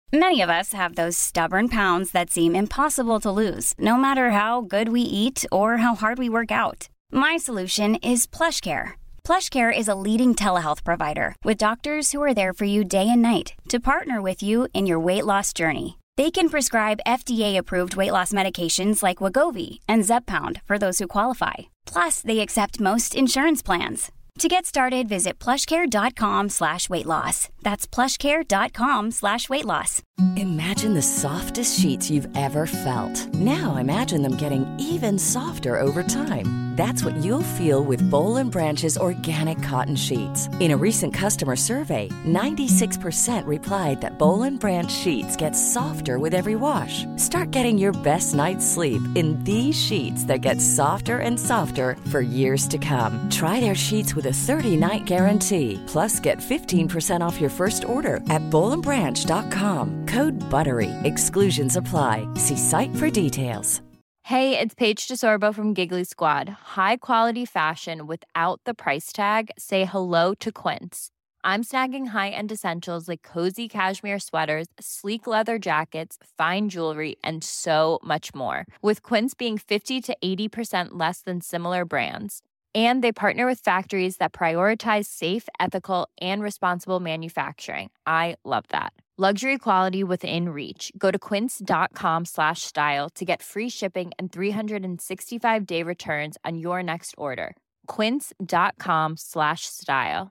Many of us have those stubborn pounds that seem impossible to lose, no matter how good we eat or how hard we work out. My solution is PlushCare. PlushCare is a leading telehealth provider with doctors who are there for you day and night to partner with you in your weight loss journey. They can prescribe FDA-approved weight loss medications like Wegovy and Zepbound for those who qualify. Plus, they accept most insurance plans. To get started, visit plushcare.com/weightloss. That's plushcare.com/weightloss. Imagine the softest sheets you've ever felt. Now imagine them getting even softer over time. That's what you'll feel with Boll & Branch's organic cotton sheets. In a recent customer survey, 96% replied that Boll & Branch sheets get softer with every wash. Start getting your best night's sleep in these sheets that get softer and softer for years to come. Try their sheets with a 30-night guarantee. Plus, get 15% off your first order at bollandbranch.com. Code BUTTERY. Exclusions apply. See site for details. Hey, it's Paige DeSorbo from Giggly Squad. High quality fashion without the price tag. Say hello to Quince. I'm snagging high-end essentials like cozy cashmere sweaters, sleek leather jackets, fine jewelry, and so much more. With Quince being 50 to 80% less than similar brands. And they partner with factories that prioritize safe, ethical, and responsible manufacturing. I love that. Luxury quality within reach. Go to quince.com/style to get free shipping and 365-day returns on your next order. Quince.com/style.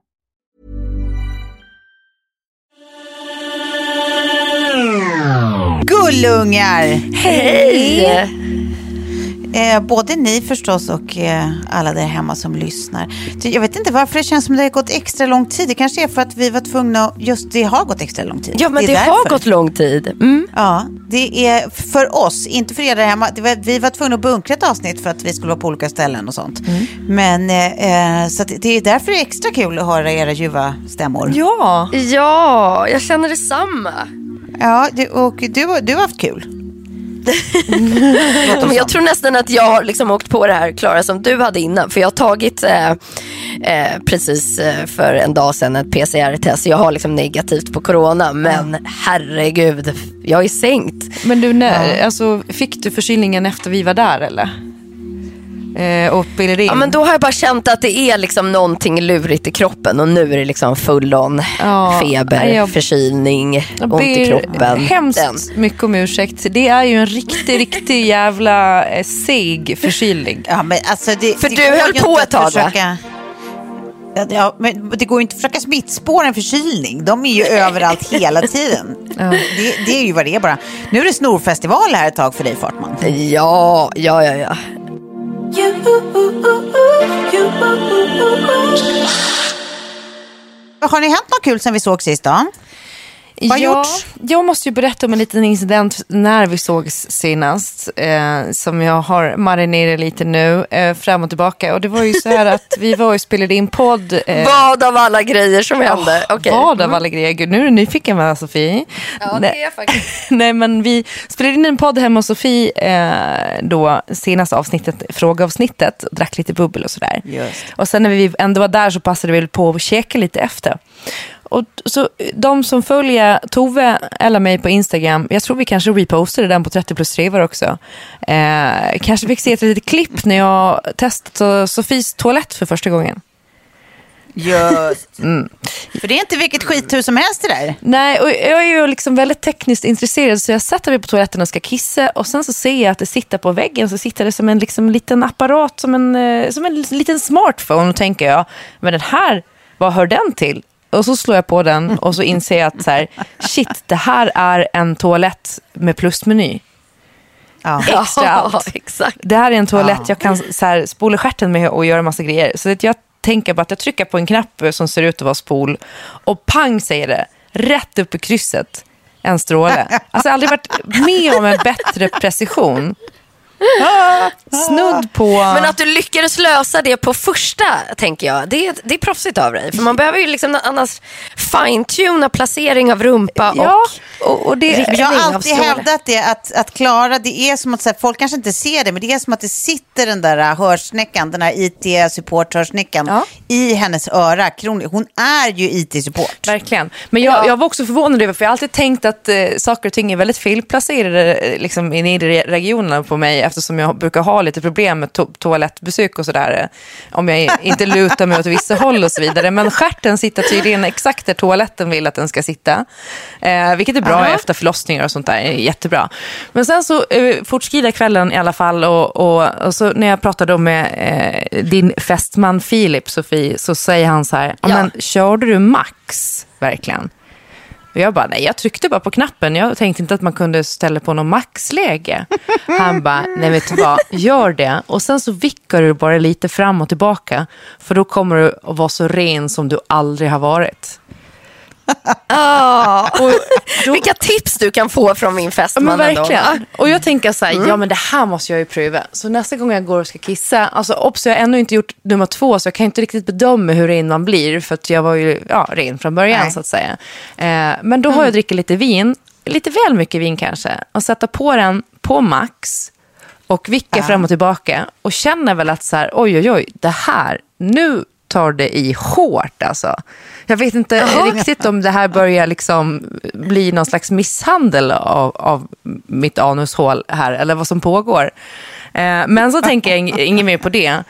Gullungar! Hej! Både ni förstås och alla där hemma som lyssnar. Jag vet inte varför det känns som det har gått extra lång tid. Det kanske är för att vi var tvungna, just det har gått extra lång tid. Ja, men det har gått lång tid. Mm. Ja, det är för oss, inte för er där hemma. Vi var tvungna att bunkra ett avsnitt för att vi skulle vara på olika ställen och sånt. Men så det är därför det är extra kul att höra era ljuva stämmor. Ja, jag känner detsamma. Ja, och du har haft kul. Men jag tror nästan att jag har liksom åkt på det här, Klara, som du hade innan. För jag har tagit precis för en dag sedan ett PCR-test. Jag har liksom negativt på corona. Men herregud, jag är sänkt. Men du, alltså, fick du förkylningen efter vi var där eller? Och spelade in? Ja, men då har jag bara känt att det är liksom någonting lurigt i kroppen. Och nu är det liksom full on feber, förkylning, ont i kroppen. Hemskt mycket om ursäkt. Det är ju en riktig jävla seg förkylning. Ja, men alltså för du höll på ett tag, va? Ja, men det går ju inte att försöka smittspåra en förkylning. De är ju överallt hela tiden. Det är ju vad det är bara. Nu är det snorfestival här ett tag för dig, Fartman. Ja. Har ni hänt något kul sen vi såg sist då? Jag måste ju berätta om en liten incident när vi sågs senast som jag har marinerat lite nu fram och tillbaka. Och det var ju så här att vi var och spelade in podd. Vad av alla grejer som hände? Okay. Vad av alla grejer? Gud, nu är du nyfiken med Sofie. Ja, det är jag faktiskt. Nej, men vi spelade in en podd hemma hos Sofie då senaste avsnittet, frågeavsnittet, och drack lite bubbel och sådär. Och sen när vi ändå var där så passade vi på att käka lite efter. Och så de som följer Tove eller mig på Instagram, jag tror vi kanske repostade den på 30+3 också, kanske fick se ett litet klipp när jag testade Sofies toalett för första gången. Just. För det är inte vilket skithus som helst det där. Nej, och jag är ju liksom väldigt tekniskt intresserad, så jag sätter mig på toaletten och ska kissa, och sen så ser jag att det sitter på väggen, så sitter det som en liksom liten apparat, som en liten smartphone, och tänker jag, men den här, vad hör den till? Och så slår jag på den och så inser jag att så här, shit, det här är en toalett med plusmeny. Extra allt. Exakt. Det här är en toalett jag kan så här, spola stjärten med och göra massa grejer. Så att jag tänker bara att jag trycker på en knapp som ser ut att vara spol, och pang säger det, rätt upp i krysset, en stråle. Alltså jag har aldrig varit med om en bättre precision. Snudd på... Men att du lyckades lösa det på första, tänker jag, det är proffsigt av dig. För man behöver ju liksom annars fine-tuna placering av rumpa och det. Jag har alltid hävdat det, att klara, det är som att så här, folk kanske inte ser det, men det är som att det sitter den där hörsnäckan, den här IT-support-hörsnäckan i hennes öra. Hon är ju IT-support. Verkligen. Men jag var också förvånad över, för jag har alltid tänkt att saker och ting är väldigt felplacerade liksom, i nedre regionerna på mig, eftersom jag brukar ha lite problem med toalettbesök och sådär, om jag inte lutar mig åt vissa håll och så vidare. Men stjärten sitter tydligen exakt där toaletten vill att den ska sitta, vilket är bra efter förlossningar och sånt där, jättebra. Men sen så fortskrider kvällen i alla fall, och så när jag pratade med din fästman Filip, Sofie, så säger han så här, men körde du max verkligen? Och jag bara, nej, jag tryckte bara på knappen. Jag tänkte inte att man kunde ställa på någon maxläge. Han bara, nej, vet du vad, gör det. Och sen så vickar du bara lite fram och tillbaka. För då kommer du att vara så ren som du aldrig har varit. Vilka tips du kan få från min fästman. Men verkligen. Och jag tänker så här, men det här måste jag ju pröva. Så nästa gång jag går och ska kissa, alltså jag har ännu inte gjort nummer 2, så jag kan inte riktigt bedöma hur ren man blir, för att jag var ju ren från början så att säga. Men då har jag druckit lite vin, lite väl mycket vin kanske, och sätta på den på max och vicka fram och tillbaka och känner väl att så här, oj, det här, nu tar det i hårt alltså. Jag vet inte riktigt om det här börjar liksom bli någon slags misshandel av mitt anushål här, eller vad som pågår. Men så tänker jag inget mer på det.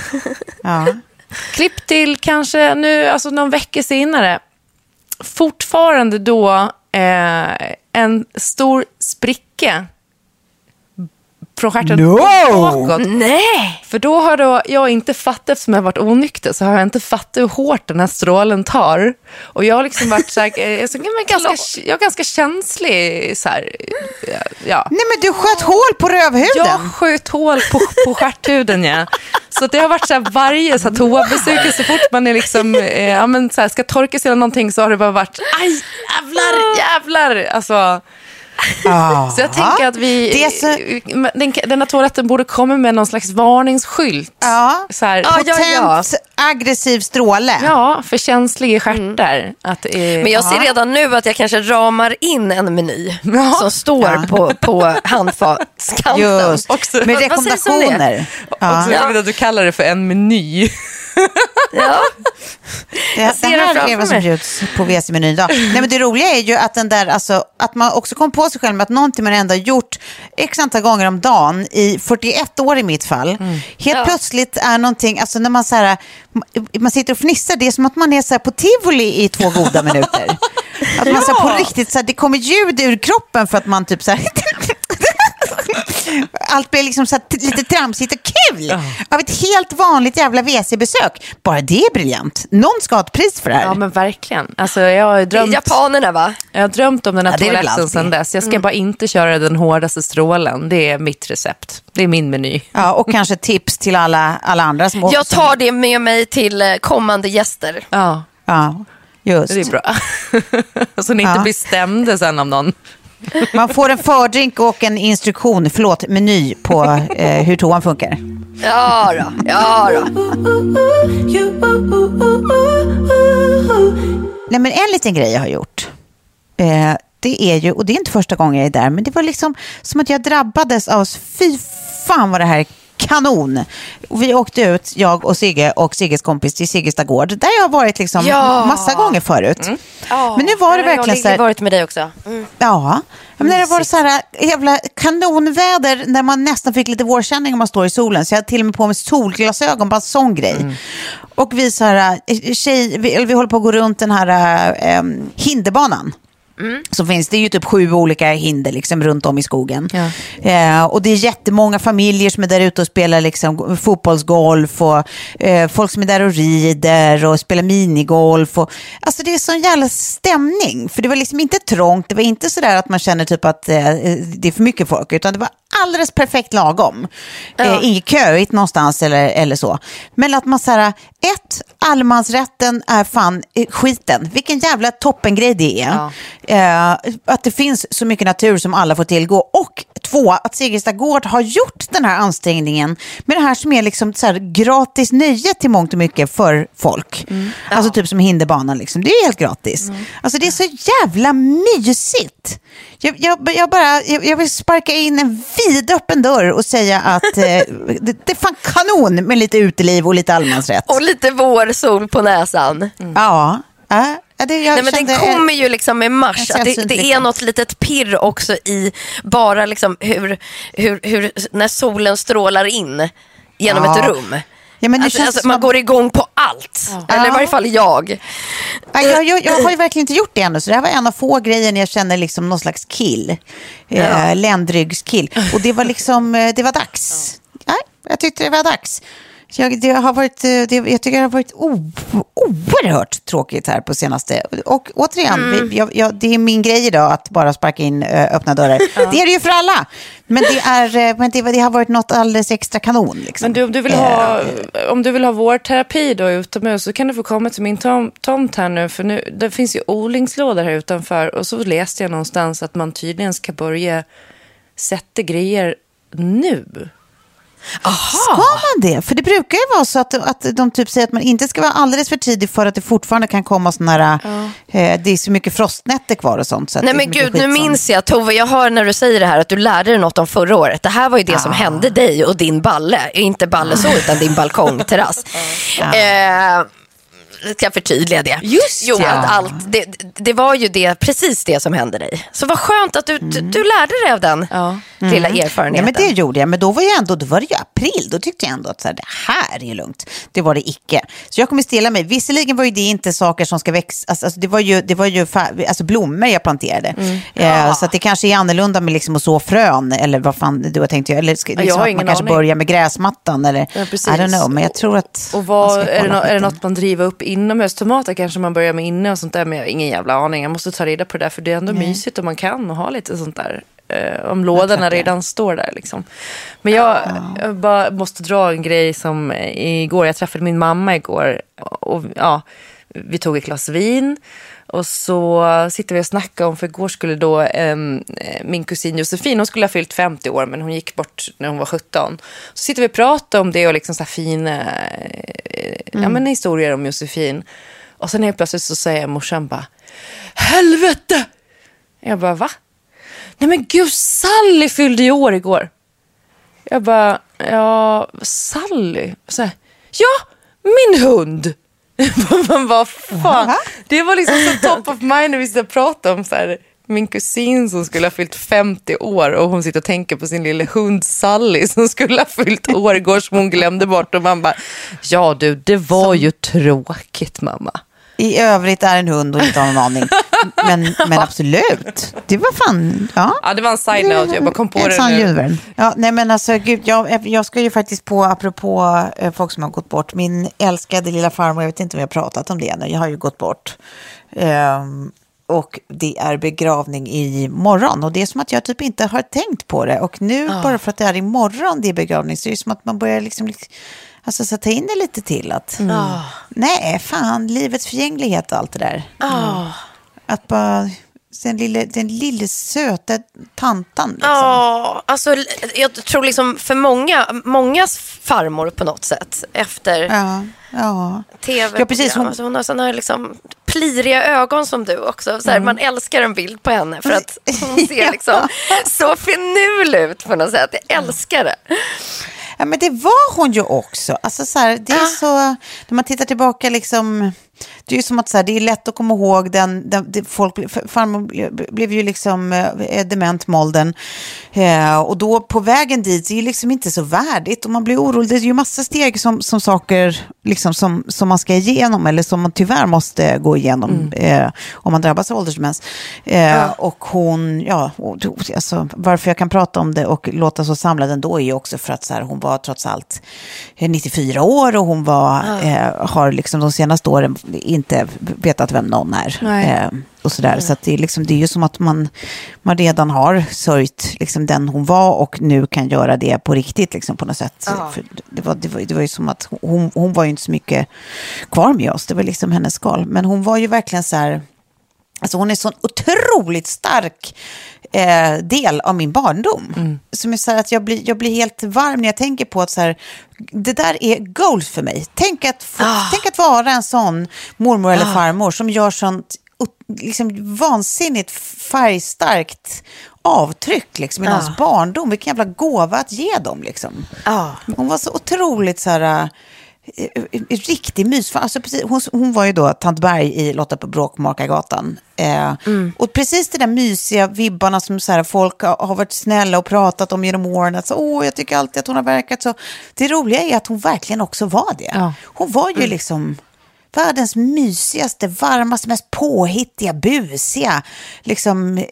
Klipp till kanske nu, alltså någon vecka senare. Fortfarande då en stor spricka från stjärten bakåt. Nej! För då har jag inte fattat, eftersom jag har varit onykter, så har jag inte fattat hur hårt den här strålen tar. Och jag har liksom varit så här, jag är ganska känslig så här, ja. Nej, men du sköt hål på rövhuden. Jag sköt hål på stjärthuden, ja. Så det har varit så här, varje så här, toabesök, så fort man är liksom så här, ska torka sig eller någonting, så har det bara varit aj, jävlar, alltså. Så jag tänker att den här toaletten borde komma med någon slags varningsskylt. Så här, potent, aggressiv stråle. Ja, för känsliga stjärtar. Men jag ser redan nu att jag kanske ramar in en meny som står på handfatskanten. Också, med rekommendationer. Också roligt att du kallar det för en meny. Det här är vad som bjuds på WC-menyn då. Nej, men det roliga är ju att den där, alltså, att man också kom på sig själv med att någonting man ändå gjort x antal gånger om dagen i 41 år i mitt fall. Helt plötsligt är någonting, alltså när man så här, man sitter och fnissar, det är som att man är så här på tivoli i 2 goda minuter. Att man så här, på riktigt så här, det kommer ljud ur kroppen för att man typ så här allt blir liksom så lite tramsigt och kul av ett helt vanligt jävla WC-besök. Bara det är briljant. Någon ska ha ett pris för det här. Ja, men verkligen. Alltså, jag har drömt, japanerna, va? Jag har drömt om den här toaletten sedan dess. Jag ska bara inte köra den hårdaste strålen. Det är mitt recept. Det är min meny. Ja, och kanske tips till alla andra som jag tar det med mig till kommande gäster. Ja, just. Det är bra. Så ni inte blir stämda sen av någon. Man får en fördrink och en instruktion, meny på hur toan funkar. Ja då. Nej, men en liten grej jag har gjort. Det är ju, och det är inte första gången jag är där, men det var liksom som att jag drabbades av, fy fan vad det här är kanon. Vi åkte ut, jag och Sigge och Sigges kompis, till Siggesta gård, där jag har varit liksom massa gånger förut. Men nu var det verkligen så här, jag har varit med dig också. Men när det var så här jävla kanonväder, när man nästan fick lite vårkänning om man står i solen, så jag hade till och med på mig solglasögon, bara en sån grej. Och vi så här, vi håller på att gå runt den här hinderbanan. Så finns det ju typ 7 olika hinder liksom runt om i skogen. Och det är jättemånga familjer som är där ute och spelar liksom fotbollsgolf, och folk som är där och rider och spelar minigolf, och alltså det är sån jävla stämning, för det var liksom inte trångt, det var inte så där att man känner typ att det är för mycket folk, utan det var alldeles perfekt lagom. Inget köigt någonstans eller så. Men att man så här, allemansrätten är fan skiten. Vilken jävla toppengrej det är. Ja. Att det finns så mycket natur som alla får tillgå. Och 2, att Segersta gård har gjort den här ansträngningen med det här som är liksom så här gratis nöje till mångt och mycket för folk. Alltså typ som hinderbanan liksom. Det är helt gratis. Alltså det är så jävla mysigt. Jag vill sparka in en vidöppen dörr och säga att det är fan kanon med lite uteliv och lite allemansrätt. Och lite vårsol på näsan. Ja. Nej, men den kommer ju liksom i mars. Att det är något litet pirr också i bara liksom hur när solen strålar in genom ett rum. Ja, men alltså, man går igång på allt. Eller i varje fall jag. Jag har ju verkligen inte gjort det ännu. Så det här var en av få grejer när jag känner liksom någon slags kill. Ländryggskill. Och det var liksom, det var dags. Ja, jag tyckte det var dags. Jag tycker det har varit oerhört tråkigt här på senaste. Och återigen, det är min grej idag att bara sparka in öppna dörrar. Det är det ju för alla. Men det har varit något alldeles extra kanon. Liksom. Men om du vill ha vårdterapi då utomhus, så kan du få komma till min tomt här nu. För nu, det finns ju odlingslådor här utanför. Och så läste jag någonstans att man tydligen ska börja sätta grejer nu. Aha. Ska man det? För det brukar ju vara så att de typ säger att man inte ska vara alldeles för tidig för att det fortfarande kan komma såna här, det är så mycket frostnätter kvar och sånt. Så nej men gud, nu minns jag Tove, jag hör när du säger det här att du lärde dig något om förra året. Det här var ju det som hände dig och din balle. Inte balle så, utan din balkongterrass. Ska jag förtydliga det? Just att det var ju precis det som hände dig. Så vad skönt att du lärde dig av den lilla erfarenheten. Ja, men det gjorde jag. Men då var det ju april. Då tyckte jag ändå att så här, det här är lugnt. Det var det icke. Så jag kommer stilla mig. Visserligen var ju det inte saker som ska växa. Alltså, det var ju blommor jag planterade. Så att det kanske är annorlunda med liksom att så frön. Eller vad fan du har tänkt. Eller liksom jag har att man kanske börjar med gräsmattan. Eller, I don't know. Men jag tror att... Och är det något man driver upp inomhus? Tomater kanske man börjar med inne och sånt där, men jag har ingen jävla aning. Jag måste ta reda på det där, för det är ändå mysigt om man kan och ha lite sånt där. Om lådorna redan står där liksom. Men jag bara måste dra en grej som igår. Jag träffade min mamma igår och vi tog ett glas vin och så sitter vi och snackar om, för igår skulle då min kusin Josefin, hon skulle ha fyllt 50 år men hon gick bort när hon var 17. Så sitter vi och pratar om det och liksom så här fina historier om Josefin. Och sen helt plötsligt så säger morsan bara, helvete! Jag bara, va? Nej men gud, Sally fyllde i år igår. Jag bara, Sally? Så här, min hund. Man bara, fan. Det var liksom så top of mind när vi ska prata om så här, min kusin som skulle ha fyllt 50 år och hon sitter och tänker på sin lilla hund Sally som skulle ha fyllt år igår som hon glömde bort. Och man bara, det var ju tråkigt, mamma. I övrigt är en hund och inte har någon aning. Men absolut. Det var fan... Ja, det var en side note. Jag bara kom på det nu. Ja, nej men alltså, gud, jag ska ju faktiskt apropå folk som har gått bort. Min älskade lilla farmor, jag vet inte om jag har pratat om det nu. Jag har ju gått bort. Och det är begravning i morgon. Och det är som att jag typ inte har tänkt på det. Och nu, bara för att det är imorgon det är begravning, så är det som att man börjar liksom... Alltså så ta in det lite till att nej, fan, livets förgänglighet och allt det där. Att bara den lille söta tantan liksom. Alltså jag tror liksom för mångas farmor på något sätt efter TV. Ja, precis. Hon har såna här liksom pliriga ögon som du också. Så här, man älskar en bild på henne för att hon ser liksom så finurlig ut på något sätt. Jag älskar det. Ja, men det var hon ju också. Alltså så här, det är så, när man tittar tillbaka liksom, det är ju som att så här, det är lätt att komma ihåg farmor blev ju liksom dement Molden. Och då på vägen dit, det är ju liksom inte så värdigt och man blir orolig. Det är ju massa steg som saker liksom som man ska igenom eller som man tyvärr måste gå igenom om man drabbas av åldersdemens. Och hon, alltså, varför jag kan prata om det och låta så samlad ändå är ju också för att så här, hon var trots allt 94 år och hon har liksom de senaste åren inte vetat vem någon är. Och sådär. Så att det är ju som att man redan har sörjt liksom den hon var och nu kan göra det på riktigt liksom, på något sätt. För det var ju som att hon var ju inte så mycket kvar med oss. Det var liksom hennes skal. Men hon var ju verkligen så här, alltså hon är så otroligt stark del av min barndom. Som är så här att jag blir helt varm när jag tänker på att så här, det där är goals för mig. Tänk att vara en sån mormor eller farmor som gör sånt liksom vansinnigt färgstarkt avtryck liksom i någons barndom. Vilken jävla gåva att ge dem liksom. Hon var så otroligt så här riktig mys. Alltså precis, hon var ju då Tant Berg i Lotta på Bråkmakargatan. Och precis det där mysiga vibbarna som så här, folk har varit snälla och pratat om genom åren. Att jag tycker alltid att hon har verkat så. Det roliga är att hon verkligen också var det. Hon var ju liksom världens mysigaste, varmaste, mest påhittiga, busiga, liksom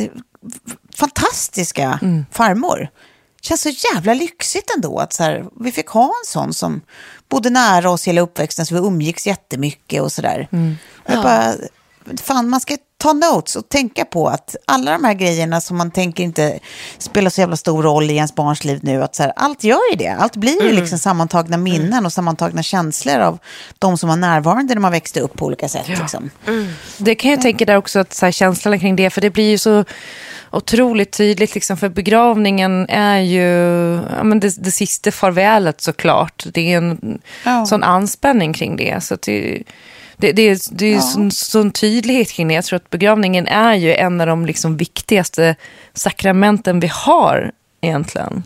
fantastiska farmor. Känns så jävla lyxigt ändå att så här, vi fick ha en sån som bodde nära oss hela uppväxten, så vi umgicks jättemycket och sådär. Jag bara, fan, man ska ta notes och tänka på att alla de här grejerna som man tänker inte spelar så jävla stor roll i ens barns liv nu, att så här, allt gör ju det. Allt blir ju liksom sammantagna minnen och sammantagna känslor av de som var närvarande när man växte upp på olika sätt. Liksom. Det kan jag tänka där också, att så här, känslan kring det, för det blir ju så otroligt tydligt liksom, för begravningen är ju det sista farvälet såklart. Det är en sån anspänning kring det, så att det är sån tydlighet kring det. Jag tror att begravningen är ju en av de liksom viktigaste sakramenten vi har egentligen.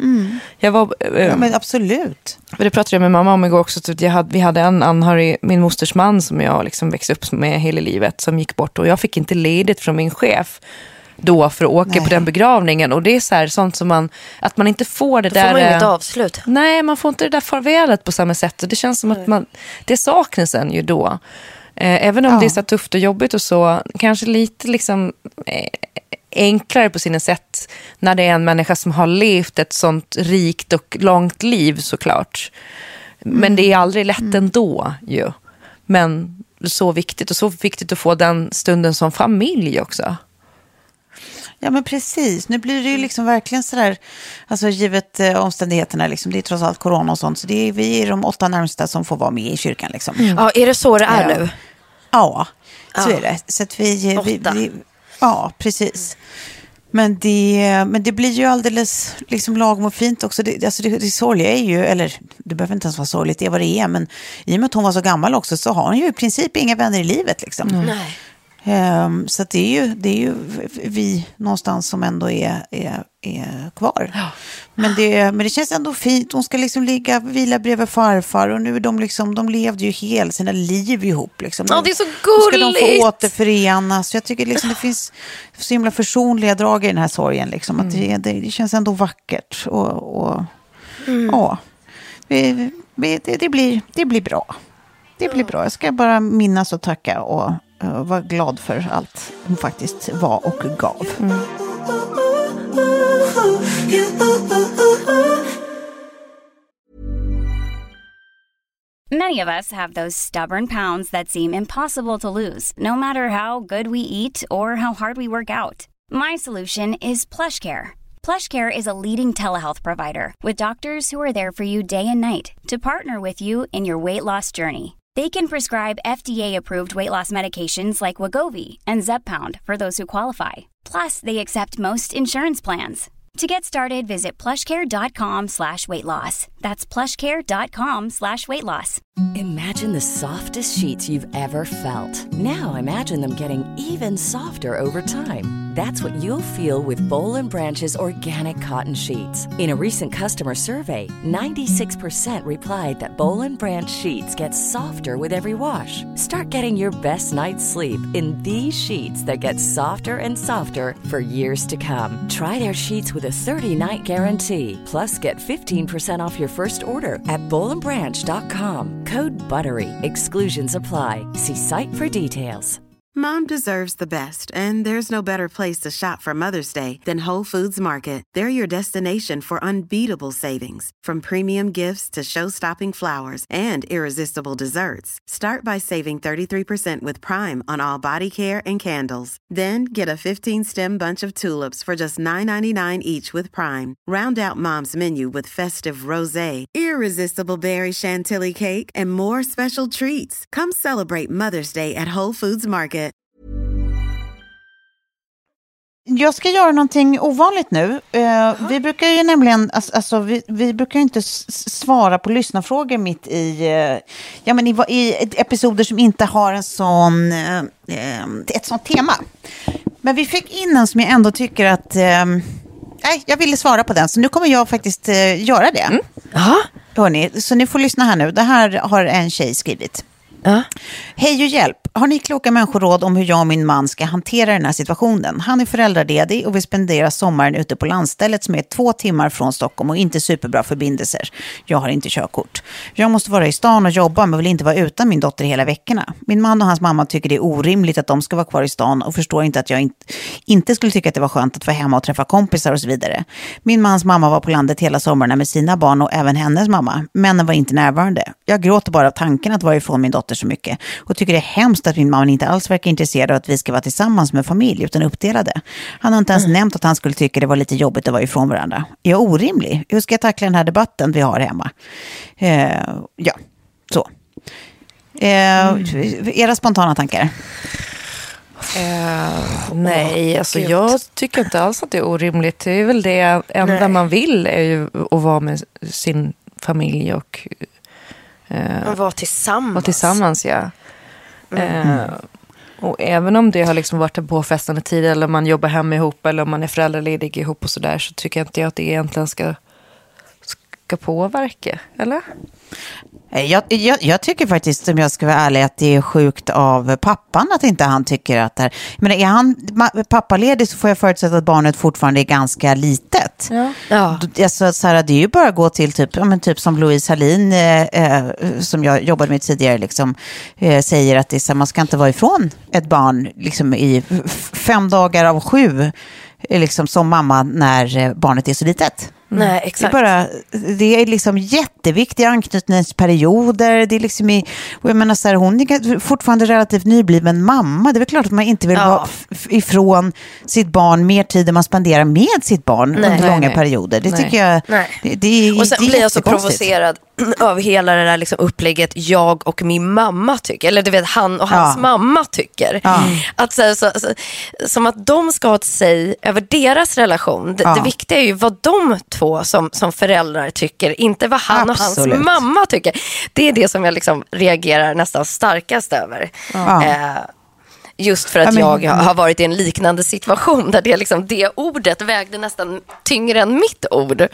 Men absolut. Det pratade jag med mamma om igår också. Vi hade en anhörig, min mosters man, som jag liksom växte upp med hela livet, som gick bort, och jag fick inte ledigt från min chef då för att åka på den begravningen. Och det är så här, sånt som att man inte får det. Då där... får man inget avslut. Nej, man får inte det där farvälet på samma sätt. Och det känns som att det saknas en ju då. Även om det är så tufft och jobbigt och så, kanske lite liksom enklare på sina sätt när det är en människa som har levt ett sånt rikt och långt liv, såklart. Men det är aldrig lätt ändå ju. Men så viktigt att få den stunden som familj också. Ja, men precis. Nu blir det ju liksom verkligen sådär, alltså givet omständigheterna liksom, det är trots allt corona och sånt, så det är vi är de 8 närmsta som får vara med i kyrkan liksom. Ja, är det så det är nu? Ja, så är det. Så att vi ja, precis. Men det blir ju alldeles liksom lagom och fint också. Det sorgliga är ju, eller det behöver inte ens vara sorgligt, det är vad det är, men i och med att hon var så gammal också, så har hon ju i princip inga vänner i livet liksom. Nej. Så att det är ju vi någonstans som ändå är kvar. Ja. Men det känns ändå fint. Hon ska liksom vila bredvid farfar, och nu är de levde ju hela sina liv ihop liksom. Ja, det är så gulligt. Ska de få återförenas? Så jag tycker liksom det finns så himla försonliga drag i den här sorgen liksom, att det känns ändå vackert och ja. Det blir bra. Det blir bra. Jag ska bara minnas och tacka och var glad för allt hon faktiskt var och gav. Many of us have those stubborn pounds that seem impossible to lose, no matter how good we eat or how hard we work out. My solution is PlushCare. PlushCare is a leading telehealth provider with doctors who are there for you day and night to partner with you in your weight loss journey. They can prescribe FDA-approved weight loss medications like Wegovy and Zepbound for those who qualify. Plus, they accept most insurance plans. To get started, visit plushcare.com/weightloss. That's plushcare.com/weightloss. Imagine the softest sheets you've ever felt. Now imagine them getting even softer over time. That's what you'll feel with Boll & Branch's organic cotton sheets. In a recent customer survey, 96% replied that Boll & Branch sheets get softer with every wash. Start getting your best night's sleep in these sheets that get softer and softer for years to come. Try their sheets with a 30-night guarantee. Plus, get 15% off your first order at bollandbranch.com. Code BUTTERY. Exclusions apply. See site for details. Mom deserves the best, and there's no better place to shop for Mother's Day than Whole Foods Market. They're your destination for unbeatable savings, from premium gifts to show-stopping flowers and irresistible desserts. Start by saving 33% with Prime on all body care and candles. Then get a 15-stem bunch of tulips for just $9.99 each with Prime. Round out Mom's menu with festive rosé, irresistible berry chantilly cake, and more special treats. Come celebrate Mother's Day at Whole Foods Market. Jag ska göra någonting ovanligt nu. Vi brukar ju nämligen, vi brukar ju inte svara på lyssnarfrågor mitt i episoder som inte har en sån, ett sånt tema. Men vi fick in en som jag ändå tycker att, jag ville svara på den. Så nu kommer jag faktiskt göra det. Hörrni, så ni får lyssna här nu. Det här har en tjej skrivit. Hej och hjälp. Har ni kloka människor råd om hur jag och min man ska hantera den här situationen? Han är föräldraledig och vill spendera sommaren ute på landstället som är 2 timmar från Stockholm och inte superbra förbindelser. Jag har inte körkort. Jag måste vara i stan och jobba men vill inte vara utan min dotter hela veckorna. Min man och hans mamma tycker det är orimligt att de ska vara kvar i stan och förstår inte att jag inte skulle tycka att det var skönt att vara hemma och träffa kompisar och så vidare. Min mans mamma var på landet hela sommaren med sina barn och även hennes mamma. Männen var inte närvarande. Jag gråter bara av tanken att vara ifrån min dotter så mycket och tycker det är hemskt att min mamma inte alls verkar intresserad av att vi ska vara tillsammans med familj utan uppdelade. Han har inte ens nämnt att han skulle tycka det var lite jobbigt att vara ifrån varandra. Är jag orimlig? Hur ska jag tackla den här debatten vi har hemma? Så. Era spontana tankar? Nej, alltså jag tycker inte alls att det är orimligt. Det är väl det enda man vill är ju att vara med sin familj och vara tillsammans. Vara tillsammans, ja. Och även om det har liksom varit en påfrestande tid eller man jobbar hemma ihop eller om man är föräldraledig ihop och sådär, så tycker jag inte att det egentligen ska påverka, eller? Jag tycker faktiskt, om jag ska vara ärlig, att det är sjukt av pappan att inte han tycker att det här... Men är han pappaledig så får jag förutsätta att barnet fortfarande är ganska litet. Ja. Alltså, så här, det är ju bara att gå till typ som Louise Hallin som jag jobbade med tidigare liksom, säger att det är så här, man ska inte vara ifrån ett barn liksom, i 5 dagar av 7 liksom, som mamma när barnet är så litet. Nej, exakt. Det är liksom jätteviktiga anknytningsperioder. Det är liksom och jag menar så här, hon är fortfarande relativt nybliven mamma. Det är väl klart att man inte vill vara ifrån sitt barn mer tid än man spenderar med sitt barn under långa perioder. Det tycker jag det är. Och sen blir jag så provocerad av hela det där liksom upplägget jag och min mamma tycker, eller du vet han och hans mamma tycker att så, som att de ska ha ett säg över deras relation. Det viktiga är ju vad de två som föräldrar tycker, inte vad han och hans mamma tycker. Det är det som jag liksom reagerar nästan starkast över. Just för att jag har varit i en liknande situation där det liksom, det ordet vägde nästan tyngre än mitt ord.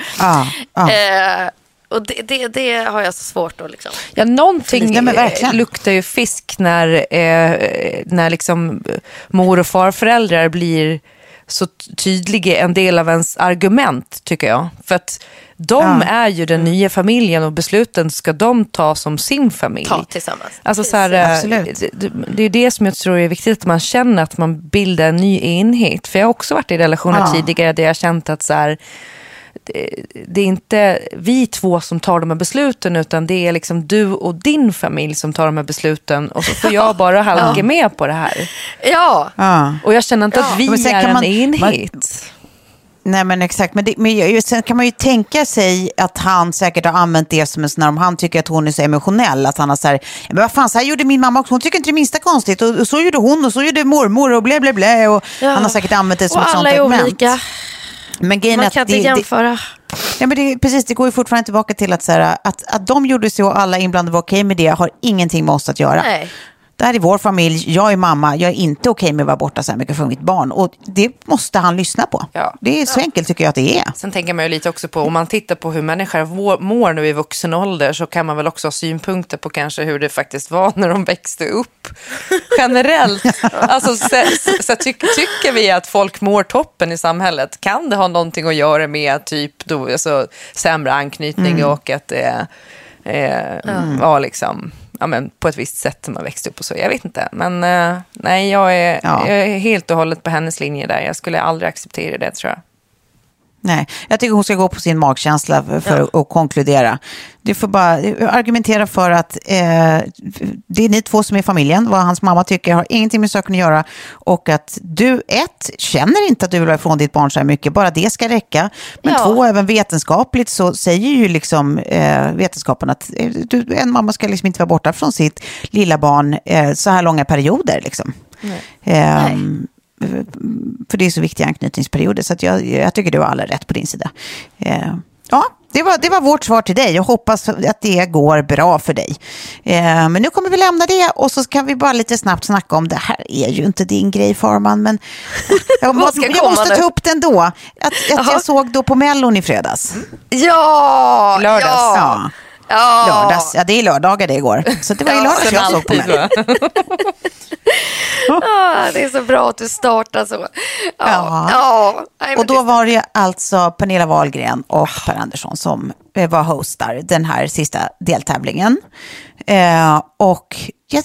Och det har jag så svårt att liksom... Ja, någonting luktar ju fisk när liksom mor- och farföräldrar blir så tydliga en del av ens argument, tycker jag. För att de är ju den nya familjen och besluten ska de ta som sin familj. Ta tillsammans. Alltså så här, det är det som jag tror är viktigt, att man känner att man bildar en ny enhet. För jag har också varit i relationer tidigare där jag känt att så här, det är inte vi två som tar de här besluten, utan det är liksom du och din familj som tar de här besluten, och så får jag bara halka med på det här. Och jag känner inte att vi är en enhet. Nej, men exakt. Men sen kan man ju tänka sig att han säkert har använt det som en sån här, om han tycker att hon är så emotionell, att han har så här, men vad fan, så här gjorde min mamma också, hon tycker inte det minsta konstigt, och så gjorde hon, och så gjorde mormor, och blä. Och han har säkert använt det som ett sånt argument. Och alla är olika. Men man kan inte jämföra. Ja, men det går ju fortfarande tillbaka till att, så här, att de gjorde så, alla inblandade var okej med det, har ingenting med oss att göra. Nej. Det här är vår familj, jag är mamma, jag är inte okej med att vara borta så här mycket från mitt barn. Och det måste han lyssna på. Ja. Det är så enkelt tycker jag att det är. Sen tänker man ju lite också på, om man tittar på hur människor mår nu i vuxen ålder, så kan man väl också ha synpunkter på kanske hur det faktiskt var när de växte upp. Generellt. Alltså, så tycker vi att folk mår toppen i samhället, kan det ha någonting att göra med typ då, alltså, sämre anknytning och att det liksom men på ett visst sätt som man växt upp och så. Jag vet inte. Men nej, jag är helt och hållet på hennes linje där. Jag skulle aldrig acceptera det, tror jag. Nej, jag tycker hon ska gå på sin magkänsla för att konkludera. Du får bara argumentera för att det är ni två som är familjen. Vad hans mamma tycker har ingenting med saken att göra. Och att du, känner inte att du vill vara ifrån ditt barn så här mycket. Bara det ska räcka. Men två, även vetenskapligt så säger ju liksom vetenskapen att en mamma ska liksom inte vara borta från sitt lilla barn så här långa perioder liksom. Nej. För det är så viktiga anknytningsperioder, så att jag tycker du har alla rätt på din sida. Ja, det var vårt svar till dig. Jag hoppas att det går bra för dig. Men nu kommer vi lämna det och så kan vi bara lite snabbt snacka om det här är ju inte din grej, Farman, men jag måste ta upp den då. Att jag såg då på Mellon i fredags. Ja! Lördags. Ja. Lördags. Ja, det är lördagar det går. Så det var i lördags jag såg på Mellon. Det är så bra att du startar så. Och då var det alltså Pernilla Wahlgren och Per Andersson som var hostar den här sista deltävlingen. Och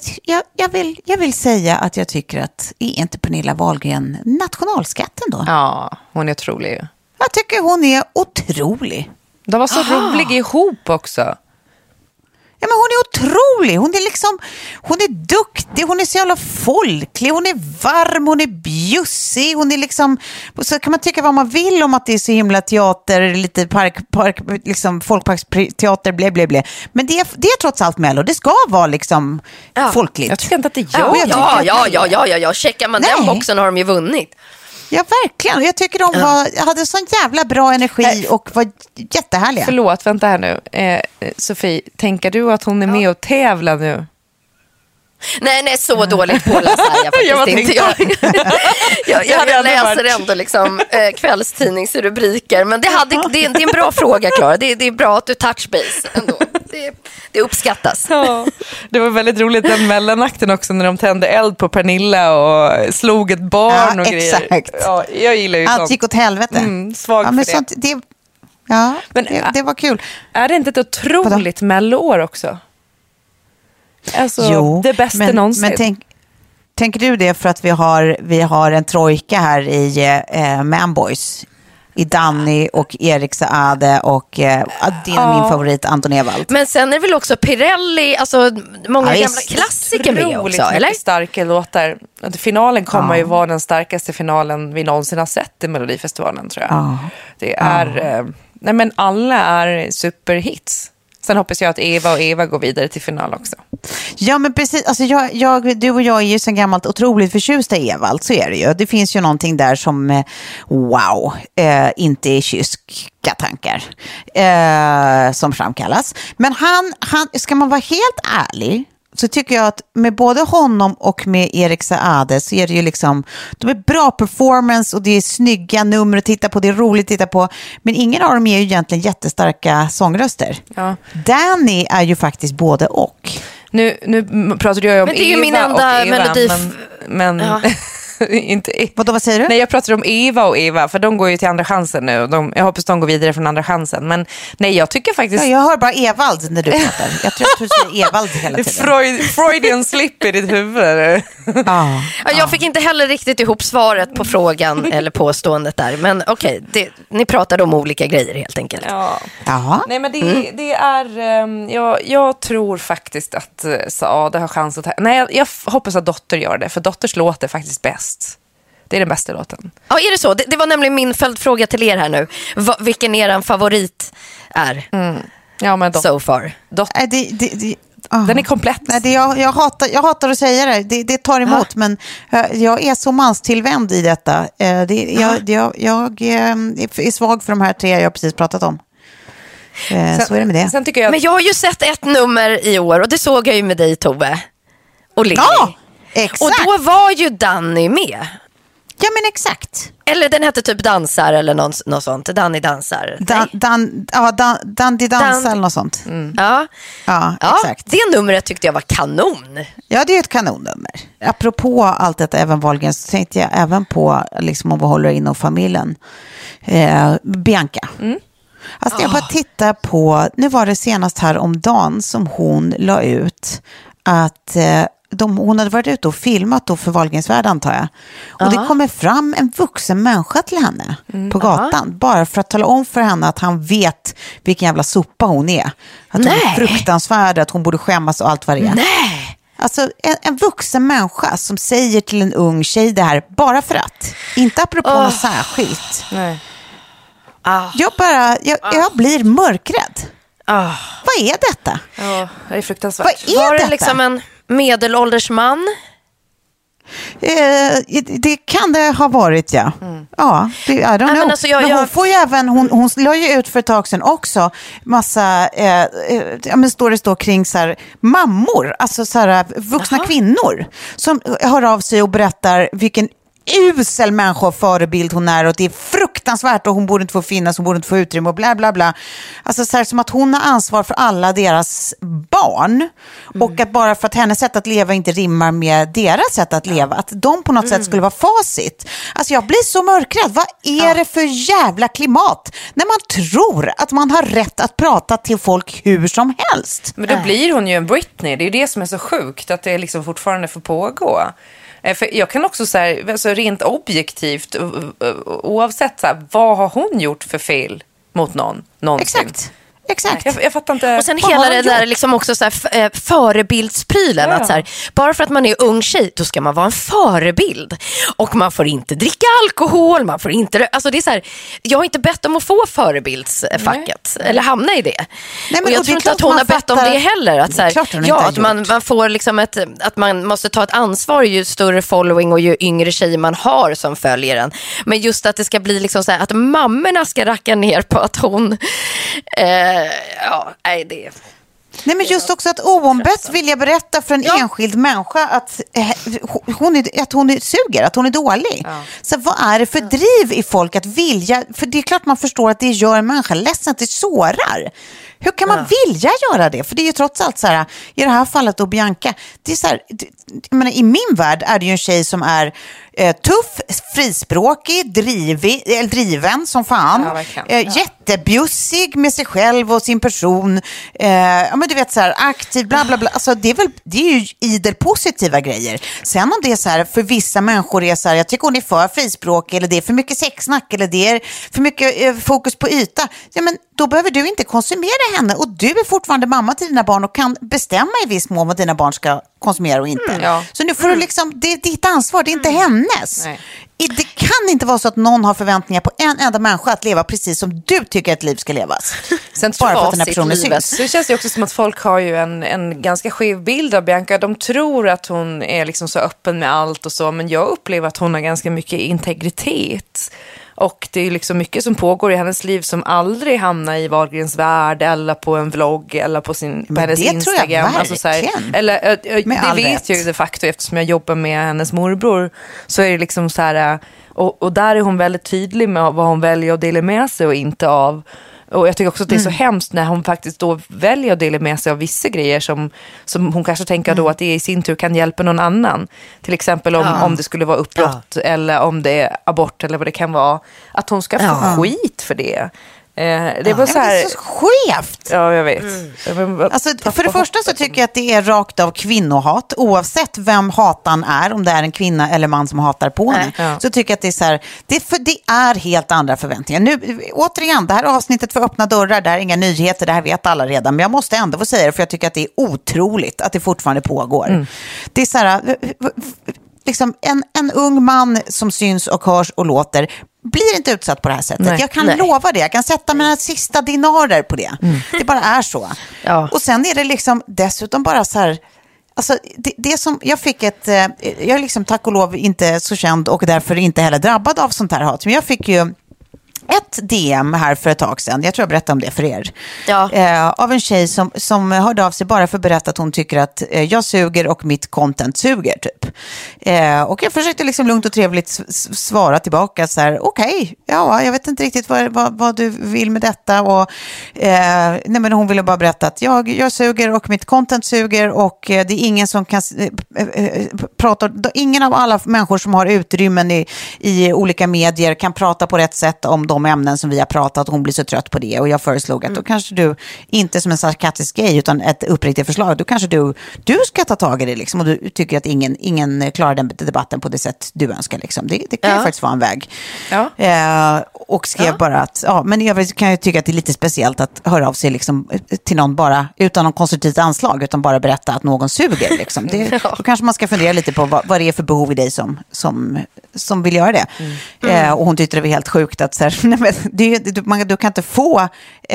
jag vill säga att jag tycker att är inte Pernilla Wahlgren nationalskatten då? Ja, hon är otrolig. Jag tycker hon är otrolig. De var så roliga ihop också. Ja, men hon är otrolig. Hon är duktig, hon är så jävla folklig, hon är varm, hon är bjussig, hon är liksom, så kan man tycka vad man vill om att det är så himla teater, lite park liksom folkparksteater, blä. Men det är trots allt Mello, det ska vara liksom folkligt. Jag tycker inte att det gör. Ja, checkar man den boxen har de ju vunnit. Ja, verkligen. Jag tycker de hade sån jävla bra energi och var jättehärliga. Förlåt, vänta här nu. Sofie, tänker du att hon är med och tävlar nu? Nej, så dåligt påläst är jag faktiskt inte. Jag läser ändå liksom kvällstidningsrubriker. Men det är en bra fråga, Klara. Det är bra att du touch base ändå. Det uppskattas. Ja, det var väldigt roligt den mellanakten också när de tände eld på Pernilla och slog ett barn och grejer. Exakt. Ja, jag gillar ju allt sånt. Gick åt helvete. Svag för men det. Sånt, men det var kul. Är det inte ett otroligt melloår också? Alltså, jo, det bästa någonsin. Men tänker du det för att vi har en trojka här i Manboys? I Danny och Erik Saade och det är min favorit Anton Ewald. Men sen är det väl också Pirelli, alltså många gamla klassiker med också, eller? Starka låtar. Finalen kommer ju vara den starkaste finalen vi någonsin har sett i Melodifestivalen, tror jag. Det är nej, men alla är superhits. Sen hoppas jag att Eva går vidare till final också. Ja, men precis. Alltså du och jag är ju sen gammalt otroligt förtjusta i Ewald, så är det ju. Det finns ju någonting där som, inte är kyska tankar som framkallas. Men han, ska man vara helt ärlig, så tycker jag att med både honom och med Erik Saade så är det ju liksom, de är bra performance och det är snygga nummer att titta på, det är roligt att titta på, men ingen av dem är ju egentligen jättestarka sångröster. Ja. Danny är ju faktiskt både och. Nu pratar jag om Eva. Men det är ju min enda melodi. Men ja. Inte. Vad säger du? Nej, jag pratar om Eva, för de går ju till andra chansen nu. Jag hoppas de går vidare från andra chansen. Men nej, jag tycker faktiskt... Ja, jag hör bara Evald när du pratar. Jag tror att du säger Evald hela tiden. Freudian slip i ditt huvud. Jag fick inte heller riktigt ihop svaret på frågan eller påståendet där. Men okej, ni pratade om olika grejer helt enkelt. Ja. Nej, men det är... jag tror faktiskt att Saade har chans att... Nej, jag hoppas att Dotter gör det. För Dotters låt är faktiskt bäst. Det är den bästa låten. Ja, är det så? Det var nämligen min följdfråga till er här nu. Vilken er favorit är? Ja, men so far. Den är komplett. Nej, jag hatar att säga det. Det tar emot, men jag är så manstillvänd i detta. Jag är svag för de här tre jag precis pratat om. Så är det med det. Sen tycker jag... Men jag har ju sett ett nummer i år och det såg jag ju med dig, Tove. Och Lilly. Ja! Exakt. Och då var ju Danny med. Ja, men exakt. Eller den hette typ Dansar eller något sånt. Danny dansar. Dandy dansar eller något sånt. Ja, exakt. Det numret tyckte jag var kanon. Ja, det är ett kanonnummer. Apropå allt detta, även Wahlgren, så tänkte jag även på liksom, om vi håller in och familjen. Bianca. Alltså jag bara tittar på, nu var det senast här om dagen som hon la ut att hon hade varit ute och filmat då för Wahlgrens värld, antar jag. Och det kommer fram en vuxen människa till henne på gatan. Bara för att tala om för henne att han vet vilken jävla sopa hon är. Att hon är fruktansvärd, att hon borde skämmas och allt vad det är. Nej! Alltså en vuxen människa som säger till en ung tjej det här bara för att. Inte apropå något särskilt. Nej. Jag blir mörkrädd. Vad är detta? Ja, det är fruktansvärt. Vad är Var det detta? liksom en medelålders man? Det kan det ha varit, ja. Ja, I don't know. Men alltså, men hon får ju även, hon la ju ut för ett tag sedan också massa, står kring så här, mammor, alltså så här, vuxna kvinnor som hör av sig och berättar vilken usel människa och förebild hon är och det är fruktansvärt och hon borde inte få finnas, hon borde inte få utrymme och bla bla bla. Alltså så här, som att hon har ansvar för alla deras barn och att bara för att hennes sätt att leva inte rimmar med deras sätt att leva, att de på något sätt skulle vara facit. Alltså jag blir så mörkrädd. Vad är det för jävla klimat när man tror att man har rätt att prata till folk hur som helst? Men då blir hon ju en Britney. Det är ju det som är så sjukt, att det liksom fortfarande får pågå. För jag kan också så här, alltså rent objektivt, oavsett så här, vad har hon gjort för fel mot någon någonsin? Exakt. Jag fattar inte. Och sen hela det där liksom också så här, förebildsprylen. Att så här, bara för att man är ung tjej, då ska man vara en förebild. Och man får inte dricka alkohol, man får inte... Alltså det är så här, jag har inte bett om att få förebildsfacket. Eller hamna i det. Nej, och jag tror inte att hon har bett om det heller. Att, så här, att man får liksom att man måste ta ett ansvar ju större following och ju yngre tjejer man har som följer den. Men just att det ska bli liksom så här, att mammorna ska racka ner på att hon... det. Nej, men just också att oombett vill jag berätta för en enskild människa att hon suger, att hon är dålig. Ja. Så vad är det för driv i folk att vilja, för det är klart man förstår att det gör en människa ledsen, att det sårar. Hur kan man vilja göra det? För det är ju trots allt så här, i det här fallet då Bianca, det är så här, jag menar, i min värld är det ju en tjej som är tuff, frispråkig, driven som fan, jättebjussig med sig själv och sin person, men du vet så här, aktiv, bla bla bla, alltså det är ju idel positiva grejer. Sen om det är så här, för vissa människor är så här, jag tycker hon är för frispråkig, eller det är för mycket sexsnack, eller det är för mycket fokus på yta, ja men då behöver du inte konsumera henne, och du är fortfarande mamma till dina barn och kan bestämma i viss mån vad dina barn ska konsumera och inte. Så nu får du liksom, det är ditt ansvar, det är inte hennes. Nej. Det kan inte vara så att någon har förväntningar på en enda människa att leva precis som du tycker att ett liv ska levas. Sen bara för att den här personen syns. Det känns ju också som att folk har ju en ganska skev bild av Bianca. De tror att hon är liksom så öppen med allt och så, men jag upplever att hon har ganska mycket integritet. Och det är liksom mycket som pågår i hennes liv som aldrig hamnar i Wahlgrens värld eller på en vlogg eller på hennes Instagram. Tror jag alltså så här, eller, det vet jag ju de facto, eftersom jag jobbar med hennes morbror, så är det liksom så här, och där är hon väldigt tydlig med vad hon väljer att dela med sig och inte av. Och jag tycker också att det är så hemskt när hon faktiskt då väljer att dela med sig av vissa grejer som hon kanske tänker då att det i sin tur kan hjälpa någon annan. Till exempel om det skulle vara uppbrott eller om det är abort eller vad det kan vara. Att hon ska få skit för det. Det var så här, det är så skevt. Ja, jag vet. Alltså, för det första så tycker jag att det är rakt av kvinnohat, oavsett vem hatan är, om det är en kvinna eller man som hatar på henne. Så tycker jag att det är så här, det är helt andra förväntningar. Nu, återigen, det här avsnittet för öppna dörrar, det här är inga nyheter, det här vet alla redan, men jag måste ändå få säga det, för jag tycker att det är otroligt att det fortfarande pågår. Det är så här, liksom en ung man som syns och hörs och låter blir inte utsatt på det här sättet. Jag kan lova det. Jag kan sätta mina sista dinarer på det. Det bara är så. Och sen är det liksom dessutom bara så här, alltså det som jag fick jag är liksom tack och lov inte så känd och därför inte heller drabbad av sånt här hat. Men jag fick ju ett DM här för ett tag sedan, jag tror jag berättade om det för er, av en tjej som hörde av sig bara för att berätta att hon tycker att jag suger och mitt content suger typ. Och jag försökte liksom lugnt och trevligt svara tillbaka så här, okej, jag vet inte riktigt vad du vill med detta, och nej, men hon ville bara berätta att jag suger och mitt content suger, och det är ingen som kan prata, ingen av alla människor som har utrymmen i olika medier kan prata på rätt sätt om de ämnen ämnen som vi har pratat, hon blir så trött på det och jag föreslog att då kanske du, inte som en sarkastisk grej utan ett uppriktigt förslag, då kanske du ska ta tag i det liksom, och du tycker att ingen klarar den debatten på det sätt du önskar liksom. Det kan ju faktiskt vara en väg. Och skrev bara att, men jag kan ju tycka att det är lite speciellt att höra av sig liksom till någon bara utan någon konstruktivt anslag, utan bara berätta att någon suger liksom. Då kanske man ska fundera lite på vad det är för behov i dig som vill göra det. Och hon tyckte det var helt sjukt att så här, nej, men, du kan inte få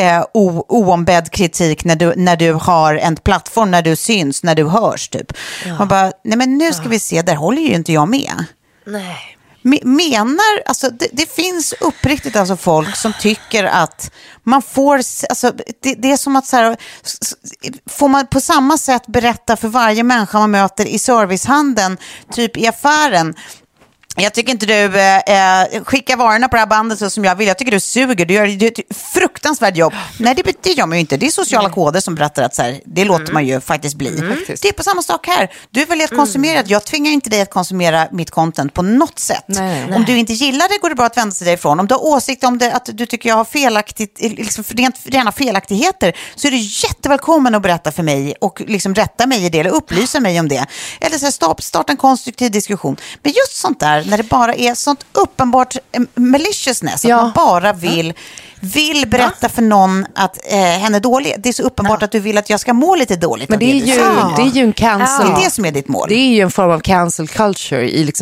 oombedd kritik när du har en plattform, när du syns, när du hörs typ. Man bara, nej men nu ska vi se, där håller ju inte jag med. Nej. Menar, alltså det finns uppriktigt alltså folk som tycker att man får, alltså det är som att så här, får man på samma sätt berätta för varje människa man möter i servicehandeln, typ i affären. Jag tycker inte du skickar varorna på det här bandet så som jag vill. Jag tycker du suger. Du gör ett fruktansvärt jobb. Nej, det gör man ju inte. Det är sociala koder som berättar att så här, det låter man ju faktiskt bli. Det är på samma sak här. Du väljer att konsumera. Jag tvingar inte dig att konsumera mitt content på något sätt. Nej. Om du inte gillar det går det bra att vända sig därifrån. Om du har åsikt om det, att du tycker jag har felaktigt, liksom, rena felaktigheter, så är du jättevälkommen att berätta för mig och liksom rätta mig i det eller upplysa mig om det. Eller så här, starta en konstruktiv diskussion. Men just sånt där, när det bara är sånt uppenbart maliciousness, att man bara vill berätta för någon att hen är dålig. Det är så uppenbart att du vill att jag ska må lite dåligt. Men det är ju en cancel. Det är det som är ditt mål. Det är ju en form av cancel culture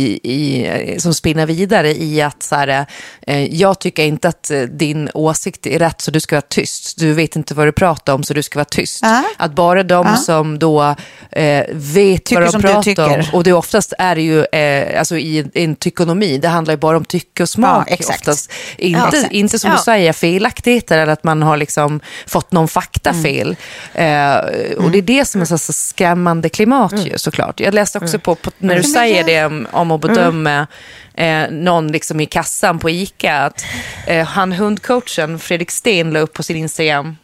som spinner vidare i att så här, jag tycker inte att din åsikt är rätt så du ska vara tyst. Du vet inte vad du pratar om så du ska vara tyst. Att bara de som då vet tycker vad de pratar om, och det oftast är det ju alltså i en tykonomi, det handlar ju bara om tycke och smak oftast. Inte som du säger felaktigheter eller att man har liksom fått någon fakta fel. Och det är det som är så skrämmande klimat ju, såklart. Jag läste också på när du säger det om att bedöma någon liksom i kassan på ICA att han hundcoachen Fredrik Sten la upp på sin Instagram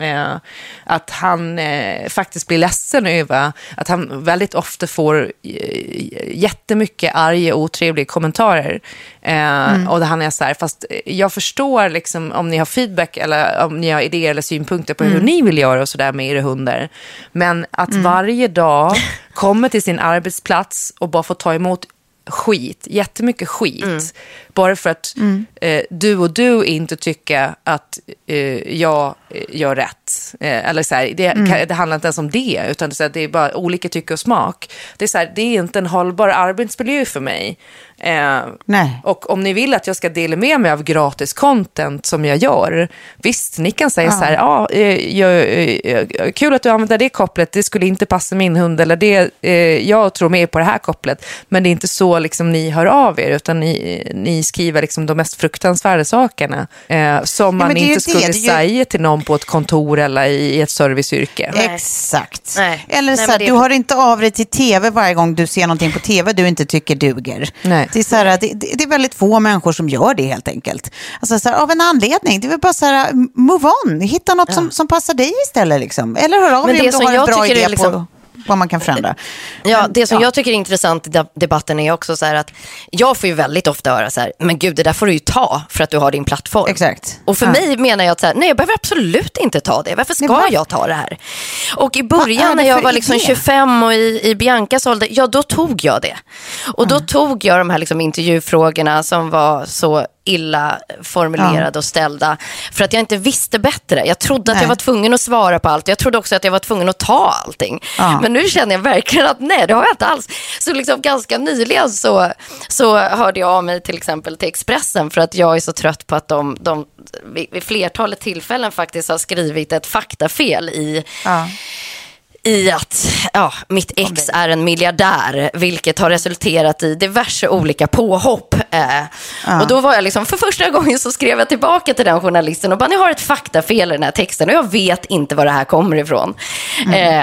att han faktiskt blir ledsen över att han väldigt ofta får jättemycket arga och otrevliga kommentarer och där han är så här, fast jag förstår liksom om ni har feedback eller om ni har idéer eller synpunkter på hur ni vill göra och sådär med era hundar, men att varje dag komma till sin arbetsplats och bara få ta emot jättemycket skit bara för att du och du inte tycker att jag gör rätt eller så här, det handlar inte ens om det utan det är bara olika tycke och smak. Det är så här, det är inte en hållbar arbetsmiljö för mig. Nej. Och om ni vill att jag ska dela med mig av gratis content som jag gör, visst, ni kan säga så här, kul att du använder det kopplet, det skulle inte passa min hund eller det, jag tror mer på det här kopplet, men det är inte så liksom ni hör av er, utan ni skriver liksom de mest fruktansvärda sakerna som man inte skulle säga till någon på ett kontor eller i ett serviceyrke. Nej. Exakt. Nej. Eller så här, du har inte av dig till tv varje gång du ser någonting på tv du inte tycker duger. Nej. Det är så här, det är väldigt få människor som gör det helt enkelt. Alltså så här, av en anledning. Det är väl bara så här, move on. Hitta något som passar dig istället liksom. Eller hör av dig om du har en bra idé på vad man kan förändra. Ja, det som jag tycker är intressant i debatten är också så här att jag får ju väldigt ofta höra så här, men gud, det där får du ju ta för att du har din plattform. Exakt. Och för mig menar jag att så här, nej, jag behöver absolut inte ta det. Varför ska jag ta det här? Och i början när jag var liksom 25 och i Biancas ålder, ja, då tog jag det. Och då tog jag de här liksom intervjufrågorna som var så illa formulerade och ställda för att jag inte visste bättre. Jag trodde att jag var tvungen att svara på allt. Jag trodde också att jag var tvungen att ta allting. Men nu känner jag verkligen att nej, det har jag inte alls. Så liksom ganska nyligen så hörde jag av mig till exempel till Expressen för att jag är så trött på att de vid flertalet tillfällen faktiskt har skrivit ett faktafel i att mitt ex är en miljardär, vilket har resulterat i diverse olika påhopp. Och då var jag liksom, för första gången så skrev jag tillbaka till den journalisten och bara, ni har ett faktafel i den här texten och jag vet inte var det här kommer ifrån.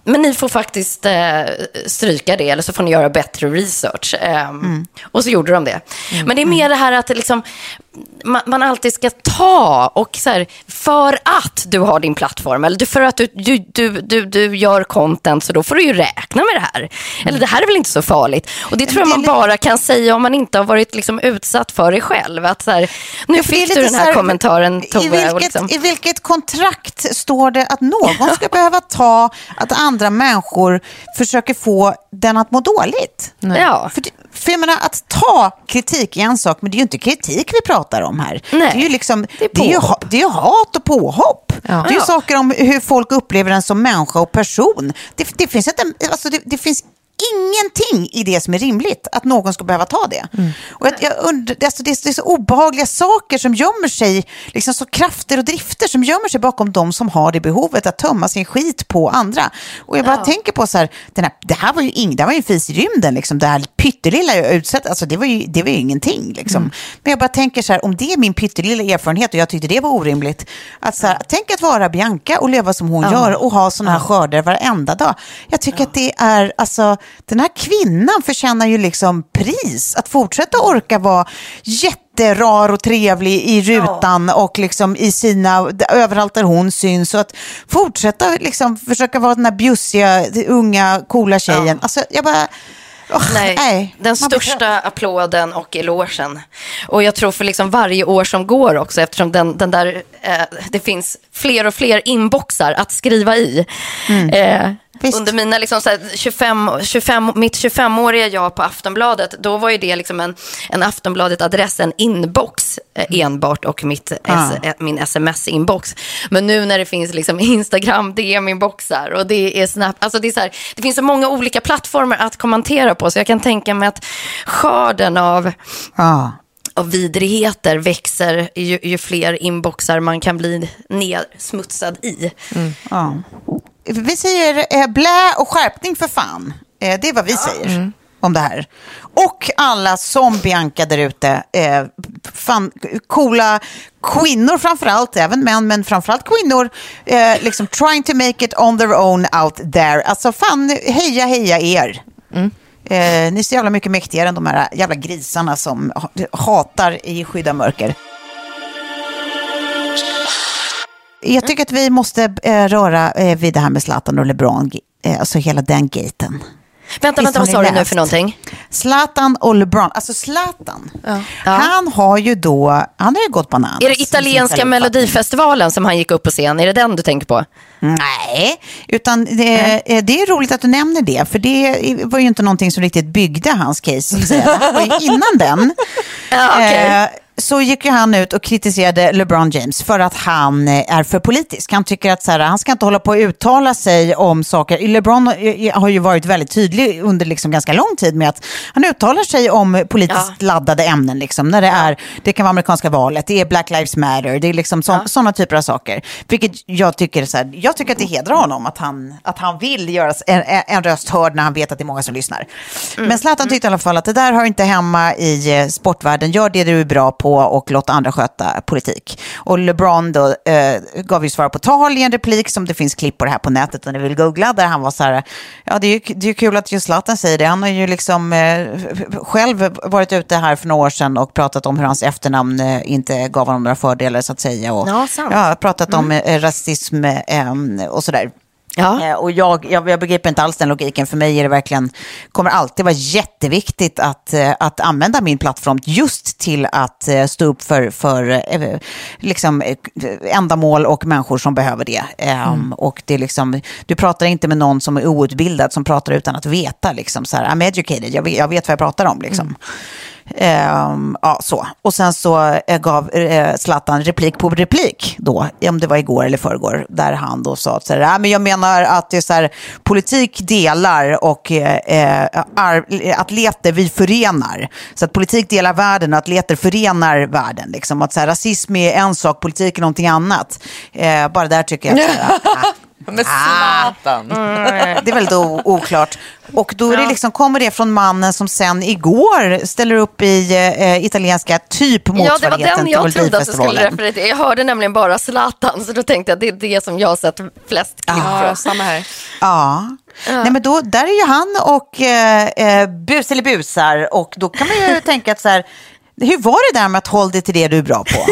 Men ni får faktiskt stryka det, eller så får ni göra bättre research. Och så gjorde de det. Men det är mer det här att det liksom, man alltid ska ta och så här, för att du har din plattform, eller för att du gör content, så då får du ju räkna med det här. Eller det här är väl inte så farligt. Och det tror jag man bara kan säga om man inte har varit liksom utsatt för det själv. Att så här, nu fick du den här kommentaren, Tove. I vilket kontrakt står det att någon ska behöva ta att andra människor försöker få den att må dåligt? Ja. För jag menar, att ta kritik är en sak, men det är ju inte kritik vi pratar om här. Nej, det är ju liksom, det är ju hat och påhopp. Ja. Det är ju saker om hur folk upplever en som människa och person. Det finns inte, alltså det finns ingenting i det som är rimligt att någon ska behöva ta det. Och jag undrar, alltså det är så obehagliga saker som gömmer sig, liksom så krafter och drifter som gömmer sig bakom de som har det behovet att tömma sin skit på andra. Och jag bara tänker på så här, det här var ju en fis i rymden liksom, det här pyttelilla jag utsatt, alltså det var ju ingenting liksom. Men jag bara tänker så här, om det är min pyttelilla erfarenhet och jag tyckte det var orimligt, att så här, tänk att vara Bianca och leva som hon gör och ha såna här skörder varenda dag. Jag tycker att det är, alltså, den här kvinnan förtjänar ju liksom pris. Att fortsätta orka vara jätterar och trevlig i rutan och liksom i sina, överallt där hon syns. Och att fortsätta liksom försöka vara den här bjussiga, unga, coola tjejen. Alltså jag bara... Nej, den största applåden och elogen. Och jag tror för liksom varje år som går också, eftersom den där det finns fler och fler inboxar att skriva i. Under mina liksom så här mitt 25-åriga jag på Aftonbladet, då var ju det liksom en Aftonbladet-adress, en inbox enbart, och min sms-inbox. Men nu när det finns liksom Instagram, DM-inboxar och det är Snap, alltså det är så här, det finns så många olika plattformar att kommentera på, så jag kan tänka mig att skörden av vidrigheter växer ju fler inboxar man kan bli nedsmutsad i. Vi säger blä och skärpning för fan. Det är vad vi säger om det här. Och alla som Bianca där ute, coola kvinnor framförallt, även män, men framförallt kvinnor, liksom trying to make it on their own out there. Alltså fan, heja er. Ni är så jävla mycket mäktigare än de här jävla grisarna som hatar i skydda mörker. Jag tycker att vi måste röra vid det här med Zlatan och LeBron, alltså hela den gaten. Vänta, vad sa du nu för någonting? Zlatan och LeBron, alltså Zlatan, han har ju gått bananas. Är det italienska Melodifestivalen som han gick upp på scen? Är det den du tänker på? Nej, utan det är roligt att du nämner det, för det var ju inte någonting som riktigt byggde hans case, så att säga. Och innan den så gick ju han ut och kritiserade LeBron James för att han är för politisk. Han tycker att så här, han ska inte hålla på att uttala sig om saker. LeBron har ju varit väldigt tydlig under liksom ganska lång tid med att han uttalar sig om politiskt laddade ämnen. Liksom, när det kan vara amerikanska valet, det är Black Lives Matter, det är liksom sådana typer av saker. Vilket jag tycker att det hedrar honom att han vill göra en röst hörd när han vet att det är många som lyssnar. Men Zlatan tyckte i alla fall att det där hör inte hemma i sportvärlden. Gör det du är bra på och låta andra sköta politik. Och LeBron då gav ju svar på tal i en replik som det finns klipp på det här på nätet om ni vill googla, där han var så här, ja det är ju kul att just Zlatan säger det. Han har ju liksom själv varit ute här för några år sedan och pratat om hur hans efternamn inte gav honom några fördelar så att säga, och pratat om rasism och sådär. Ja. Och jag begriper inte alls den logiken. För mig är det verkligen, kommer alltid vara jätteviktigt att använda min plattform just till att stå upp för liksom ändamål och människor som behöver det. Och det är liksom, du pratar inte med någon som är outbildad, som pratar utan att veta liksom, så här, I'm educated, jag vet vad jag pratar om liksom. Så. Och sen så gav Zlatan replik på replik då, om det var igår eller förrgår, där han då sa så här, men jag menar att det är så här, politik delar och atleter vi förenar, så att politik delar världen och atleter förenar världen liksom, att så här, rasism är en sak, politik är någonting annat. Bara där tycker jag att Med Zlatan. Det är väldigt oklart. Och då är det liksom, kommer det från mannen som sen igår ställer upp i italienska typ motsvarigheten. Ja, det var den jag trodde att du skulle referera till. Jag hörde nämligen bara Zlatan, så då tänkte jag att det är det som jag har sett flest klipp från. Samma här. Ja. Nej, men då, där är ju han och bus eller busar. Och då kan man ju tänka att så här, hur var det där med att hålla dig till det du är bra på?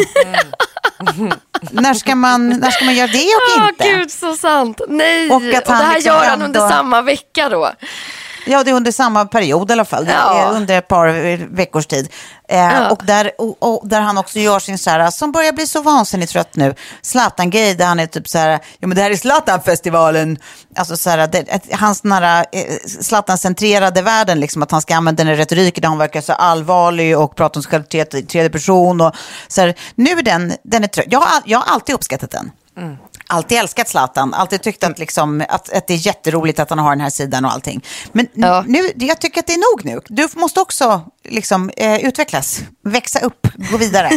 När ska man göra det och inte? Gud, så sant. Nej, och det här liksom gör han under samma vecka då. Ja, det är under samma period i alla fall. Det är under ett par veckors tid. Och där han också gör sin så här, som börjar bli så vansinnigt trött nu, Zlatan-grej, där han är typ så här, ja men det här är Zlatan-festivalen. Alltså så här, hans nära Zlatan-centrerade världen, liksom, att han ska använda den retoriken där han verkar så allvarlig och prata om sig själv i tredje person. Och så här, nu är den är trött. Jag har alltid uppskattat den. Alltid älskat Zlatan, alltid tyckt att, liksom, att det är jätteroligt att han har den här sidan och allting. Men nu, jag tycker att det är nog nu. Du måste också liksom, utvecklas, växa upp, gå vidare.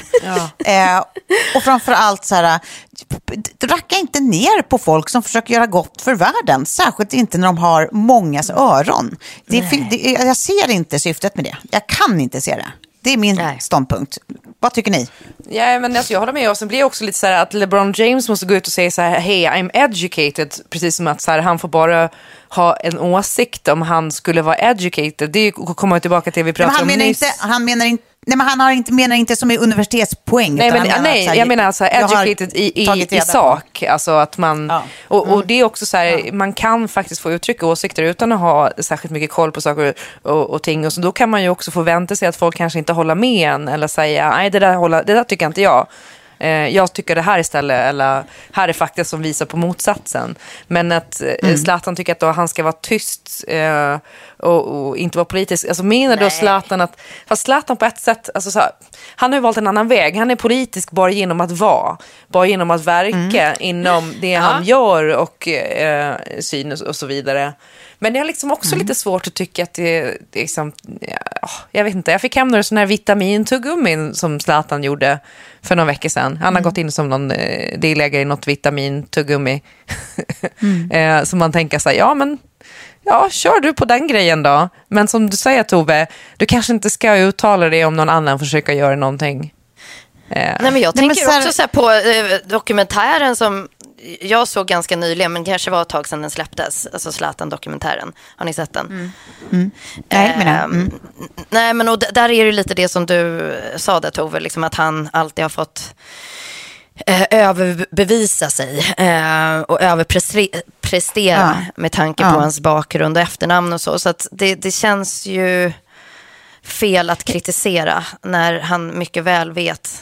Och framförallt så här, racka inte ner på folk som försöker göra gott för världen. Särskilt inte när de har mångas öron. Jag ser inte syftet med det. Jag kan inte se det. Det är min ståndpunkt. Vad tycker ni? Ja, men alltså, jag håller med. Och sen blir det också lite så här att LeBron James måste gå ut och säga så här: hey, I'm educated. Precis som att så här, han får bara ha en åsikt om han skulle vara educated. Det kommer tillbaka till det vi pratade om nyss. Men han menar inte som i universitetspoäng. Nej, jag menar alltså educated i sak. Alltså att man, och det är också så här, man kan faktiskt få uttrycka åsikter utan att ha särskilt mycket koll på saker och ting. Och så då kan man ju också förvänta sig att folk kanske inte håller med en eller säga, nej det där tycker inte jag. Jag tycker det här istället, eller här är fakta som visar på motsatsen. Men att Zlatan tycker att då han ska vara tyst och inte vara politisk. Alltså menar då Zlatan att, fast Zlatan på ett sätt, alltså så här, han har ju valt en annan väg. Han är politisk bara genom att vara, bara genom att verka inom det han gör och syn och så vidare. Men det är liksom också lite svårt att tycka att det är liksom, jag vet inte, jag fick hem några sådana här vitamintuggummin som Zlatan gjorde för några veckor sedan. Han har gått in som någon delägare i något vitamintuggummi. Så man tänker så här, kör du på den grejen då. Men som du säger, Tove, du kanske inte ska uttala det om någon annan försöker göra någonting. Nej, men jag tänker också så här på dokumentären som jag såg ganska nyligen, men kanske var ett tag sedan den släpptes, alltså Zlatan-dokumentären. Har ni sett den? Nej, men och där är det lite det som du sa där, Tove, liksom att han alltid har fått överbevisa sig och överprestera med tanke på hans bakgrund och efternamn och så att det känns ju fel att kritisera när han mycket väl vet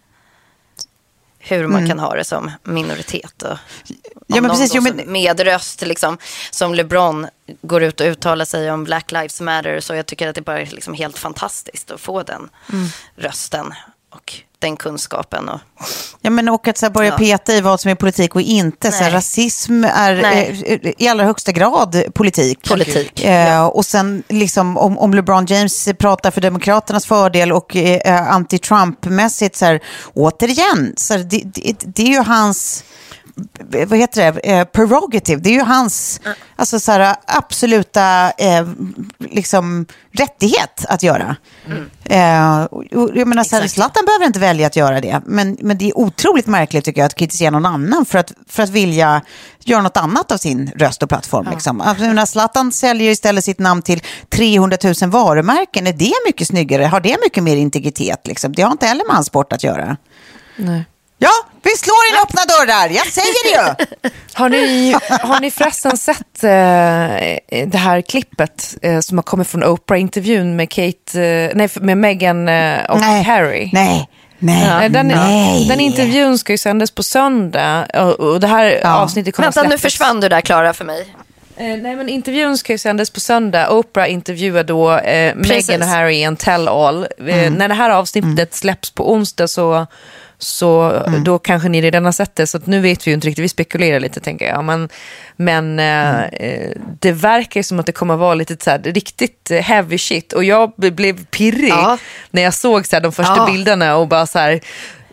hur man kan ha det som minoritet och med röst liksom, som LeBron går ut och uttalar sig om Black Lives Matter, så jag tycker att det bara är liksom helt fantastiskt att få den rösten och den kunskapen. Och att så här börja peta i vad som är politik och inte. Så här, rasism är i allra högsta grad politik. Och sen liksom, om LeBron James pratar för demokraternas fördel och anti-Trump-mässigt, så här, återigen, så här, det är ju hans... Vad heter det? Prerogative. Det är ju hans alltså så här, absoluta liksom, rättighet att göra. Jag menar, så här, Zlatan behöver inte välja att göra det. Men det är otroligt märkligt, tycker jag, att kritisera någon annan för att vilja göra något annat av sin röst och plattform. Liksom. Alltså, Zlatan säljer istället sitt namn till 300 000 varumärken. Är det mycket snyggare? Har det mycket mer integritet? Liksom? Det har inte heller med hans sport att göra. Nej. Ja, vi slår in öppna dörrar. Jag säger det ju. Har ni förresten sett det här klippet som har kommit från Oprah-intervjun med med Meghan och Harry? Nej. Den intervjun ska ju sändas på söndag och det här avsnittet kommer att släppas. Nu försvann du där, Klara, för mig. Nej, men intervjun ska ju sändas på söndag. Oprah intervjuar då Meghan och Harry i en tell-all. När det här avsnittet släpps på onsdag så då kanske ni redan har sett det, så att nu vet vi ju inte riktigt, vi spekulerar lite, tänker jag, men det verkar som att det kommer vara lite så här, riktigt heavy shit, och jag blev pirrig när jag såg så här, de första bilderna och bara så här,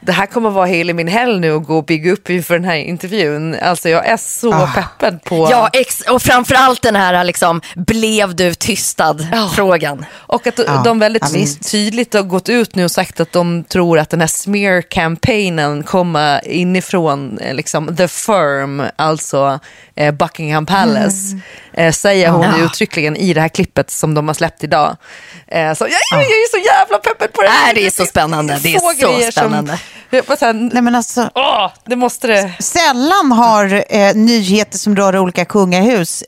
Det här kommer vara hela min helg nu och gå och bygga upp inför den här intervjun. Alltså jag är så peppad på... Ja, och framförallt den här liksom, blev du tystad-frågan. Och att de väldigt tydligt har gått ut nu och sagt att de tror att den här smear-campaignen kommer inifrån liksom, The Firm, alltså Buckingham Palace. Säger hon uttryckligen i det här klippet som de har släppt idag. Så jag är så jävla peppad på det här. Det är så spännande. Det är så spännande. Nej, men alltså, det måste det. Sällan har nyheter som rör olika kungahus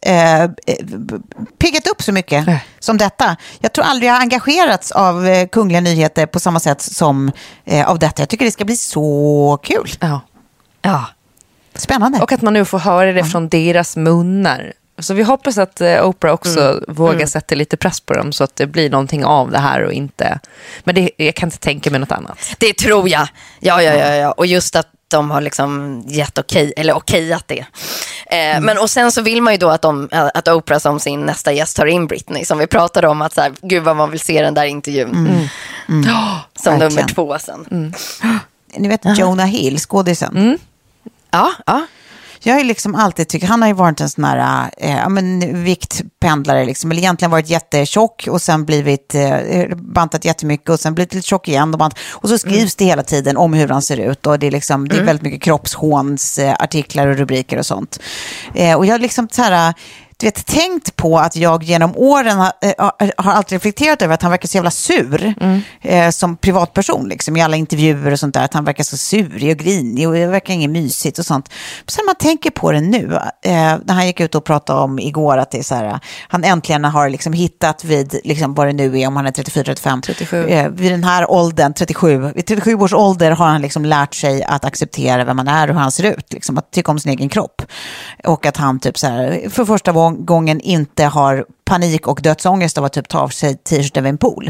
piggat upp så mycket som detta. Jag tror aldrig jag har engagerats av kungliga nyheter på samma sätt som av detta. Jag tycker det ska bli så kul. Ja. Spännande. Och att man nu får höra det från deras munnar. Så vi hoppas att Oprah också vågar sätta lite press på dem så att det blir någonting av det här och inte... Men jag kan inte tänka mig något annat. Det tror jag. Ja. Och just att de har liksom gett okejat det. Men och sen så vill man ju då att Oprah som sin nästa gäst tar in Britney, som vi pratade om, att så här, gud vad man vill se den där intervjun. Som nummer 2 sen. Ni vet Jonah Hill, skådisen. Ja. Jag har liksom alltid tyckt, han har ju varit en sån här viktpendlare liksom, eller egentligen varit jättetjock och sen blivit bantat jättemycket och sen blivit lite tjock igen och så skrivs det hela tiden om hur han ser ut och det är liksom, det är väldigt mycket kroppshåns artiklar och rubriker och sånt. Och jag liksom så här, du vet, tänkt på att jag genom åren har alltid reflekterat över att han verkar så jävla sur som privatperson liksom, i alla intervjuer och sånt där, att han verkar så sur och grinig och det verkar inget mysigt och sånt. Sen man tänker på det nu, när han gick ut och pratade om igår att det är så här, han äntligen har liksom hittat vid liksom, vad det nu är, om han är 34-35 vid den här åldern, 37 års ålder har han liksom lärt sig att acceptera vem man är och hur han ser ut, liksom, att tycka om sin egen kropp och att han typ så här, för första gången inte har panik och dödsångest av att typ ta av sig t-shirt över en pool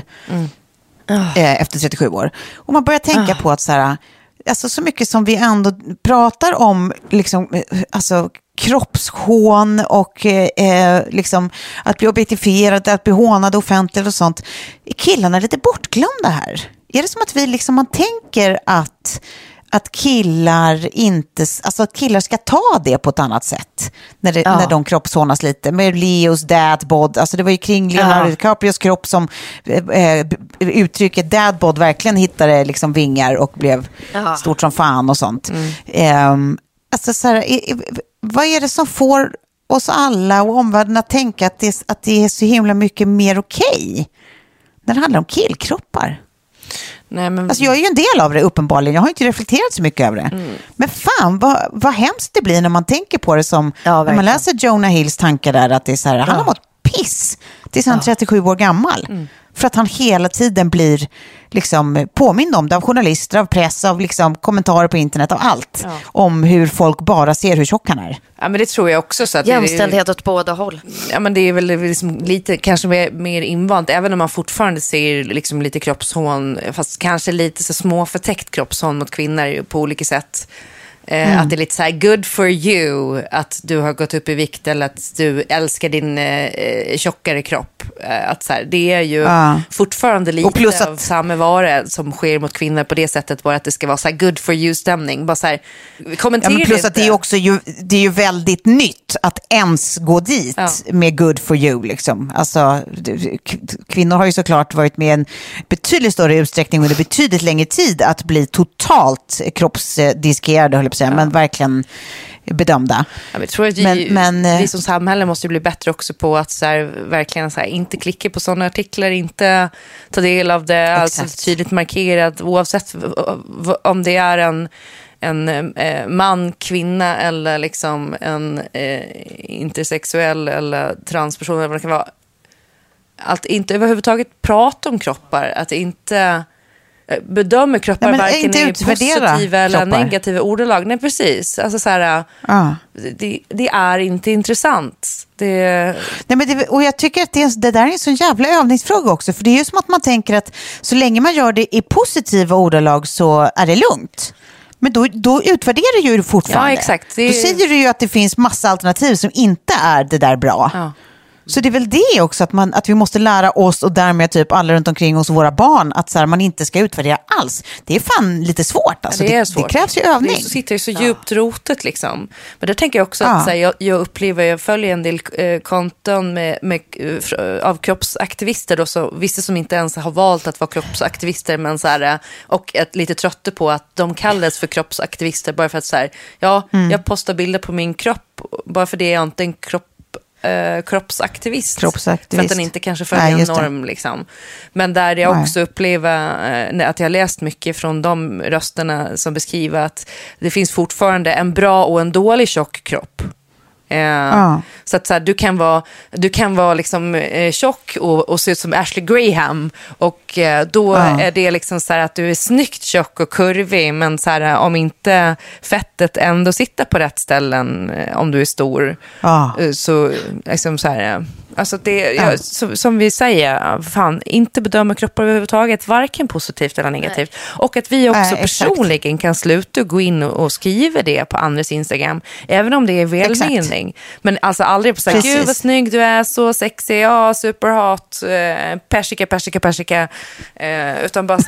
efter 37 år. Och man börjar tänka på att så här, alltså så mycket som vi ändå pratar om liksom, alltså kroppshån och liksom att bli objektifierad, att bli hånad offentligt och sånt. Är killarna lite bortglömda här? Är det som att vi liksom, man tänker att killar inte, alltså att killar ska ta det på ett annat sätt när de kroppshånas lite med Leos dadbod, alltså det var ju kring Leonardo DiCaprios kropp som uttrycket dadbod verkligen hittade liksom vingar och blev stort som fan och sånt. Alltså så här, vad är det som får oss alla och omvärlden att tänka att det är så himla mycket mer okej när det handlar om killkroppar? Nej, men... Alltså jag är ju en del av det uppenbarligen. Jag har inte reflekterat så mycket över det. Men fan, vad hemskt det blir när man tänker på det som... när man läser Jonah Hills tankar där att det är så här, han har mått piss tills han är 37 år gammal. För att han hela tiden blir liksom påmind om det av journalister, av press, av liksom kommentarer på internet, av allt. Om hur folk bara ser hur tjock han är. Ja, men det tror jag också. Så att jämställdhet åt båda håll. Ja, men det är väl liksom lite, kanske mer invant, även om man fortfarande ser liksom lite kroppshån, fast kanske lite så små förtäckt kroppshån mot kvinnor på olika sätt. Att det är lite så här, good for you att du har gått upp i vikt eller att du älskar din tjockare kropp. Att så här, det är ju fortfarande lite av samma vara som sker mot kvinnor på det sättet, bara att det ska vara så här good for you-stämning. Bara så här, kommentera men plus att det är också det är ju väldigt nytt att ens gå dit med good for you liksom. Alltså kvinnor har ju såklart varit med en betydligt större utsträckning under betydligt längre tid att bli totalt kroppsdiskerade, höll jag på att säga, men verkligen bedömda. Ja, jag tror att vi som samhälle måste bli bättre också på att så här, verkligen så här, inte klicka på sådana artiklar, inte ta del av det, alltså tydligt markerat, oavsett om det är en man, kvinna eller liksom en intersexuell eller transperson eller vad det kan vara. Att inte överhuvudtaget prata om kroppar, att inte bedömer kroppar varken i positiva eller negativa ordalag. Nej, precis. Alltså så här, det är inte intressant. Och jag tycker att det där är en sån jävla övningsfråga också. För det är ju som att man tänker att så länge man gör det i positiva ordalag så är det lugnt. Men då utvärderar ju fortfarande. Ja, exakt. Då säger du ju att det finns massa alternativ som inte är det där bra. Ja. Så det är väl det också, att vi måste lära oss och därmed typ alla runt omkring oss och våra barn att så här, man inte ska utvärdera alls. Det är fan lite svårt. Alltså, det är svårt. Det krävs ju övning. Det sitter ju så djupt rotet liksom. Men det tänker jag också att så här, jag upplever, jag följer en del konton av kroppsaktivister då, så vissa som inte ens har valt att vara kroppsaktivister, men så här, och lite trötta på att de kallas för kroppsaktivister bara för att så här, jag postar bilder på min kropp bara för det är inte en kroppsaktivist. För att den inte kanske följer en norm liksom. Men där jag också upplever att jag har läst mycket från de rösterna som beskriver att det finns fortfarande en bra och en dålig tjock kropp. Så att så här, du kan vara liksom tjock och se ut som Ashley Graham, och då är det liksom så här att du är snyggt tjock och kurvig, men så här, om inte fettet ändå sitter på rätt ställen, om du är stor, så liksom så här, alltså det som vi säger, fan, inte bedöma kroppar överhuvudtaget, varken positivt eller negativt. Och att vi också personligen kan sluta gå in och skriva det på andras Instagram, även om det är välmening. Men alltså aldrig på så här, gud vad snygg du är, så sexig, ja, superhot, persika, utan bara så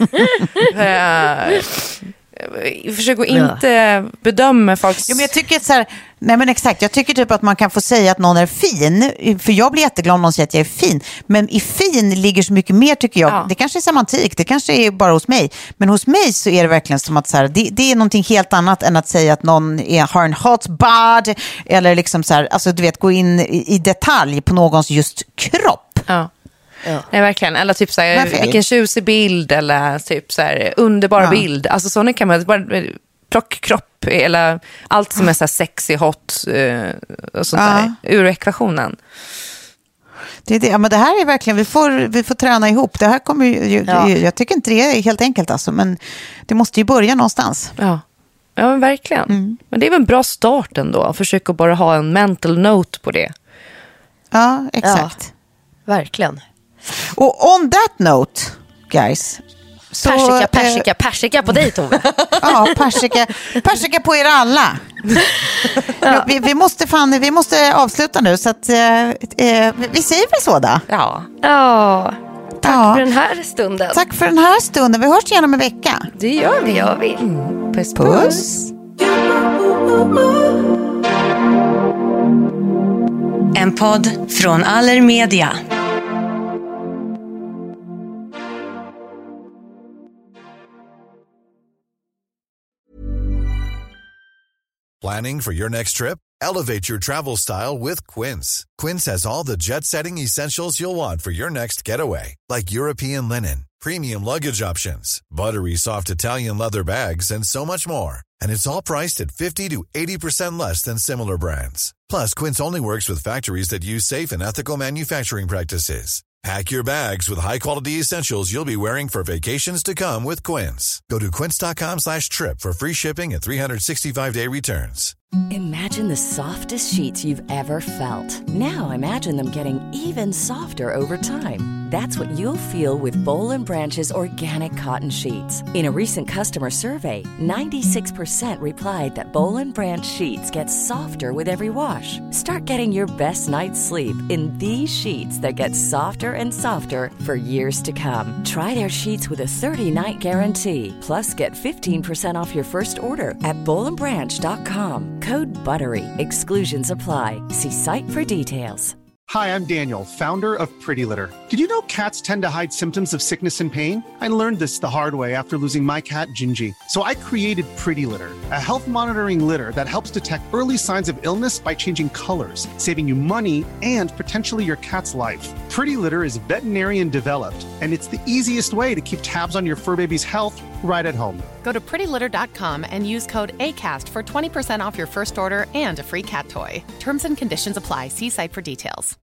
här försök att inte bedöma folks... Jo, men jag tycker så här, nej men exakt, jag tycker typ att man kan få säga att någon är fin, för jag blir jätteglad om någon säger att jag är fin, men i fin ligger så mycket mer, tycker jag. Det kanske är semantik, det kanske är bara hos mig, men hos mig så är det verkligen som att så här, det är någonting helt annat än att säga att någon har en hot bod, eller liksom så här, alltså du vet, gå in i detalj på någons just kropp. Nej, verkligen. Eller typ så här, vilken tjusig bild, eller typ så här, underbar bild. Alltså sådana kan man bara plocka kropp, eller allt som är så här sexy, hot och sånt där, ur ekvationen. Men det här är verkligen, vi får träna ihop. Det här kommer ju, jag tycker inte det är helt enkelt alltså, men det måste ju börja någonstans. Ja, men verkligen. Men det är väl en bra start ändå, att försöka bara ha en mental note på det. Ja, exakt. Ja, verkligen. Och on that note, guys, så, persika på dig, Tove. Ja, persika på er alla. Vi måste avsluta nu, så att vi säger väl så då. Tack för den här stunden. Tack för den här stunden. Vi hörs igen om en vecka. Det gör vi. Puss. En podd från Allermedia. Planning for your next trip? Elevate your travel style with Quince. Quince has all the jet-setting essentials you'll want for your next getaway, like European linen, premium luggage options, buttery soft Italian leather bags, and so much more. And it's all priced at 50 to 80% less than similar brands. Plus, Quince only works with factories that use safe and ethical manufacturing practices. Pack your bags with high-quality essentials you'll be wearing for vacations to come with Quince. Go to quince.com/trip for free shipping and 365-day returns. Imagine the softest sheets you've ever felt. Now imagine them getting even softer over time. That's what you'll feel with Boll & Branch's organic cotton sheets. In a recent customer survey, 96% replied that Boll & Branch sheets get softer with every wash. Start getting your best night's sleep in these sheets that get softer and softer for years to come. Try their sheets with a 30-night guarantee. Plus, get 15% off your first order at bollandbranch.com. Code BUTTERY. Exclusions apply. See site for details. Hi, I'm Daniel, founder of Pretty Litter. Did you know cats tend to hide symptoms of sickness and pain? I learned this the hard way after losing my cat, Gingy. So I created Pretty Litter, a health monitoring litter that helps detect early signs of illness by changing colors, saving you money and potentially your cat's life. Pretty Litter is veterinarian developed, and it's the easiest way to keep tabs on your fur baby's health right at home. Go to prettylitter.com and use code ACAST for 20% off your first order and a free cat toy. Terms and conditions apply. See site for details.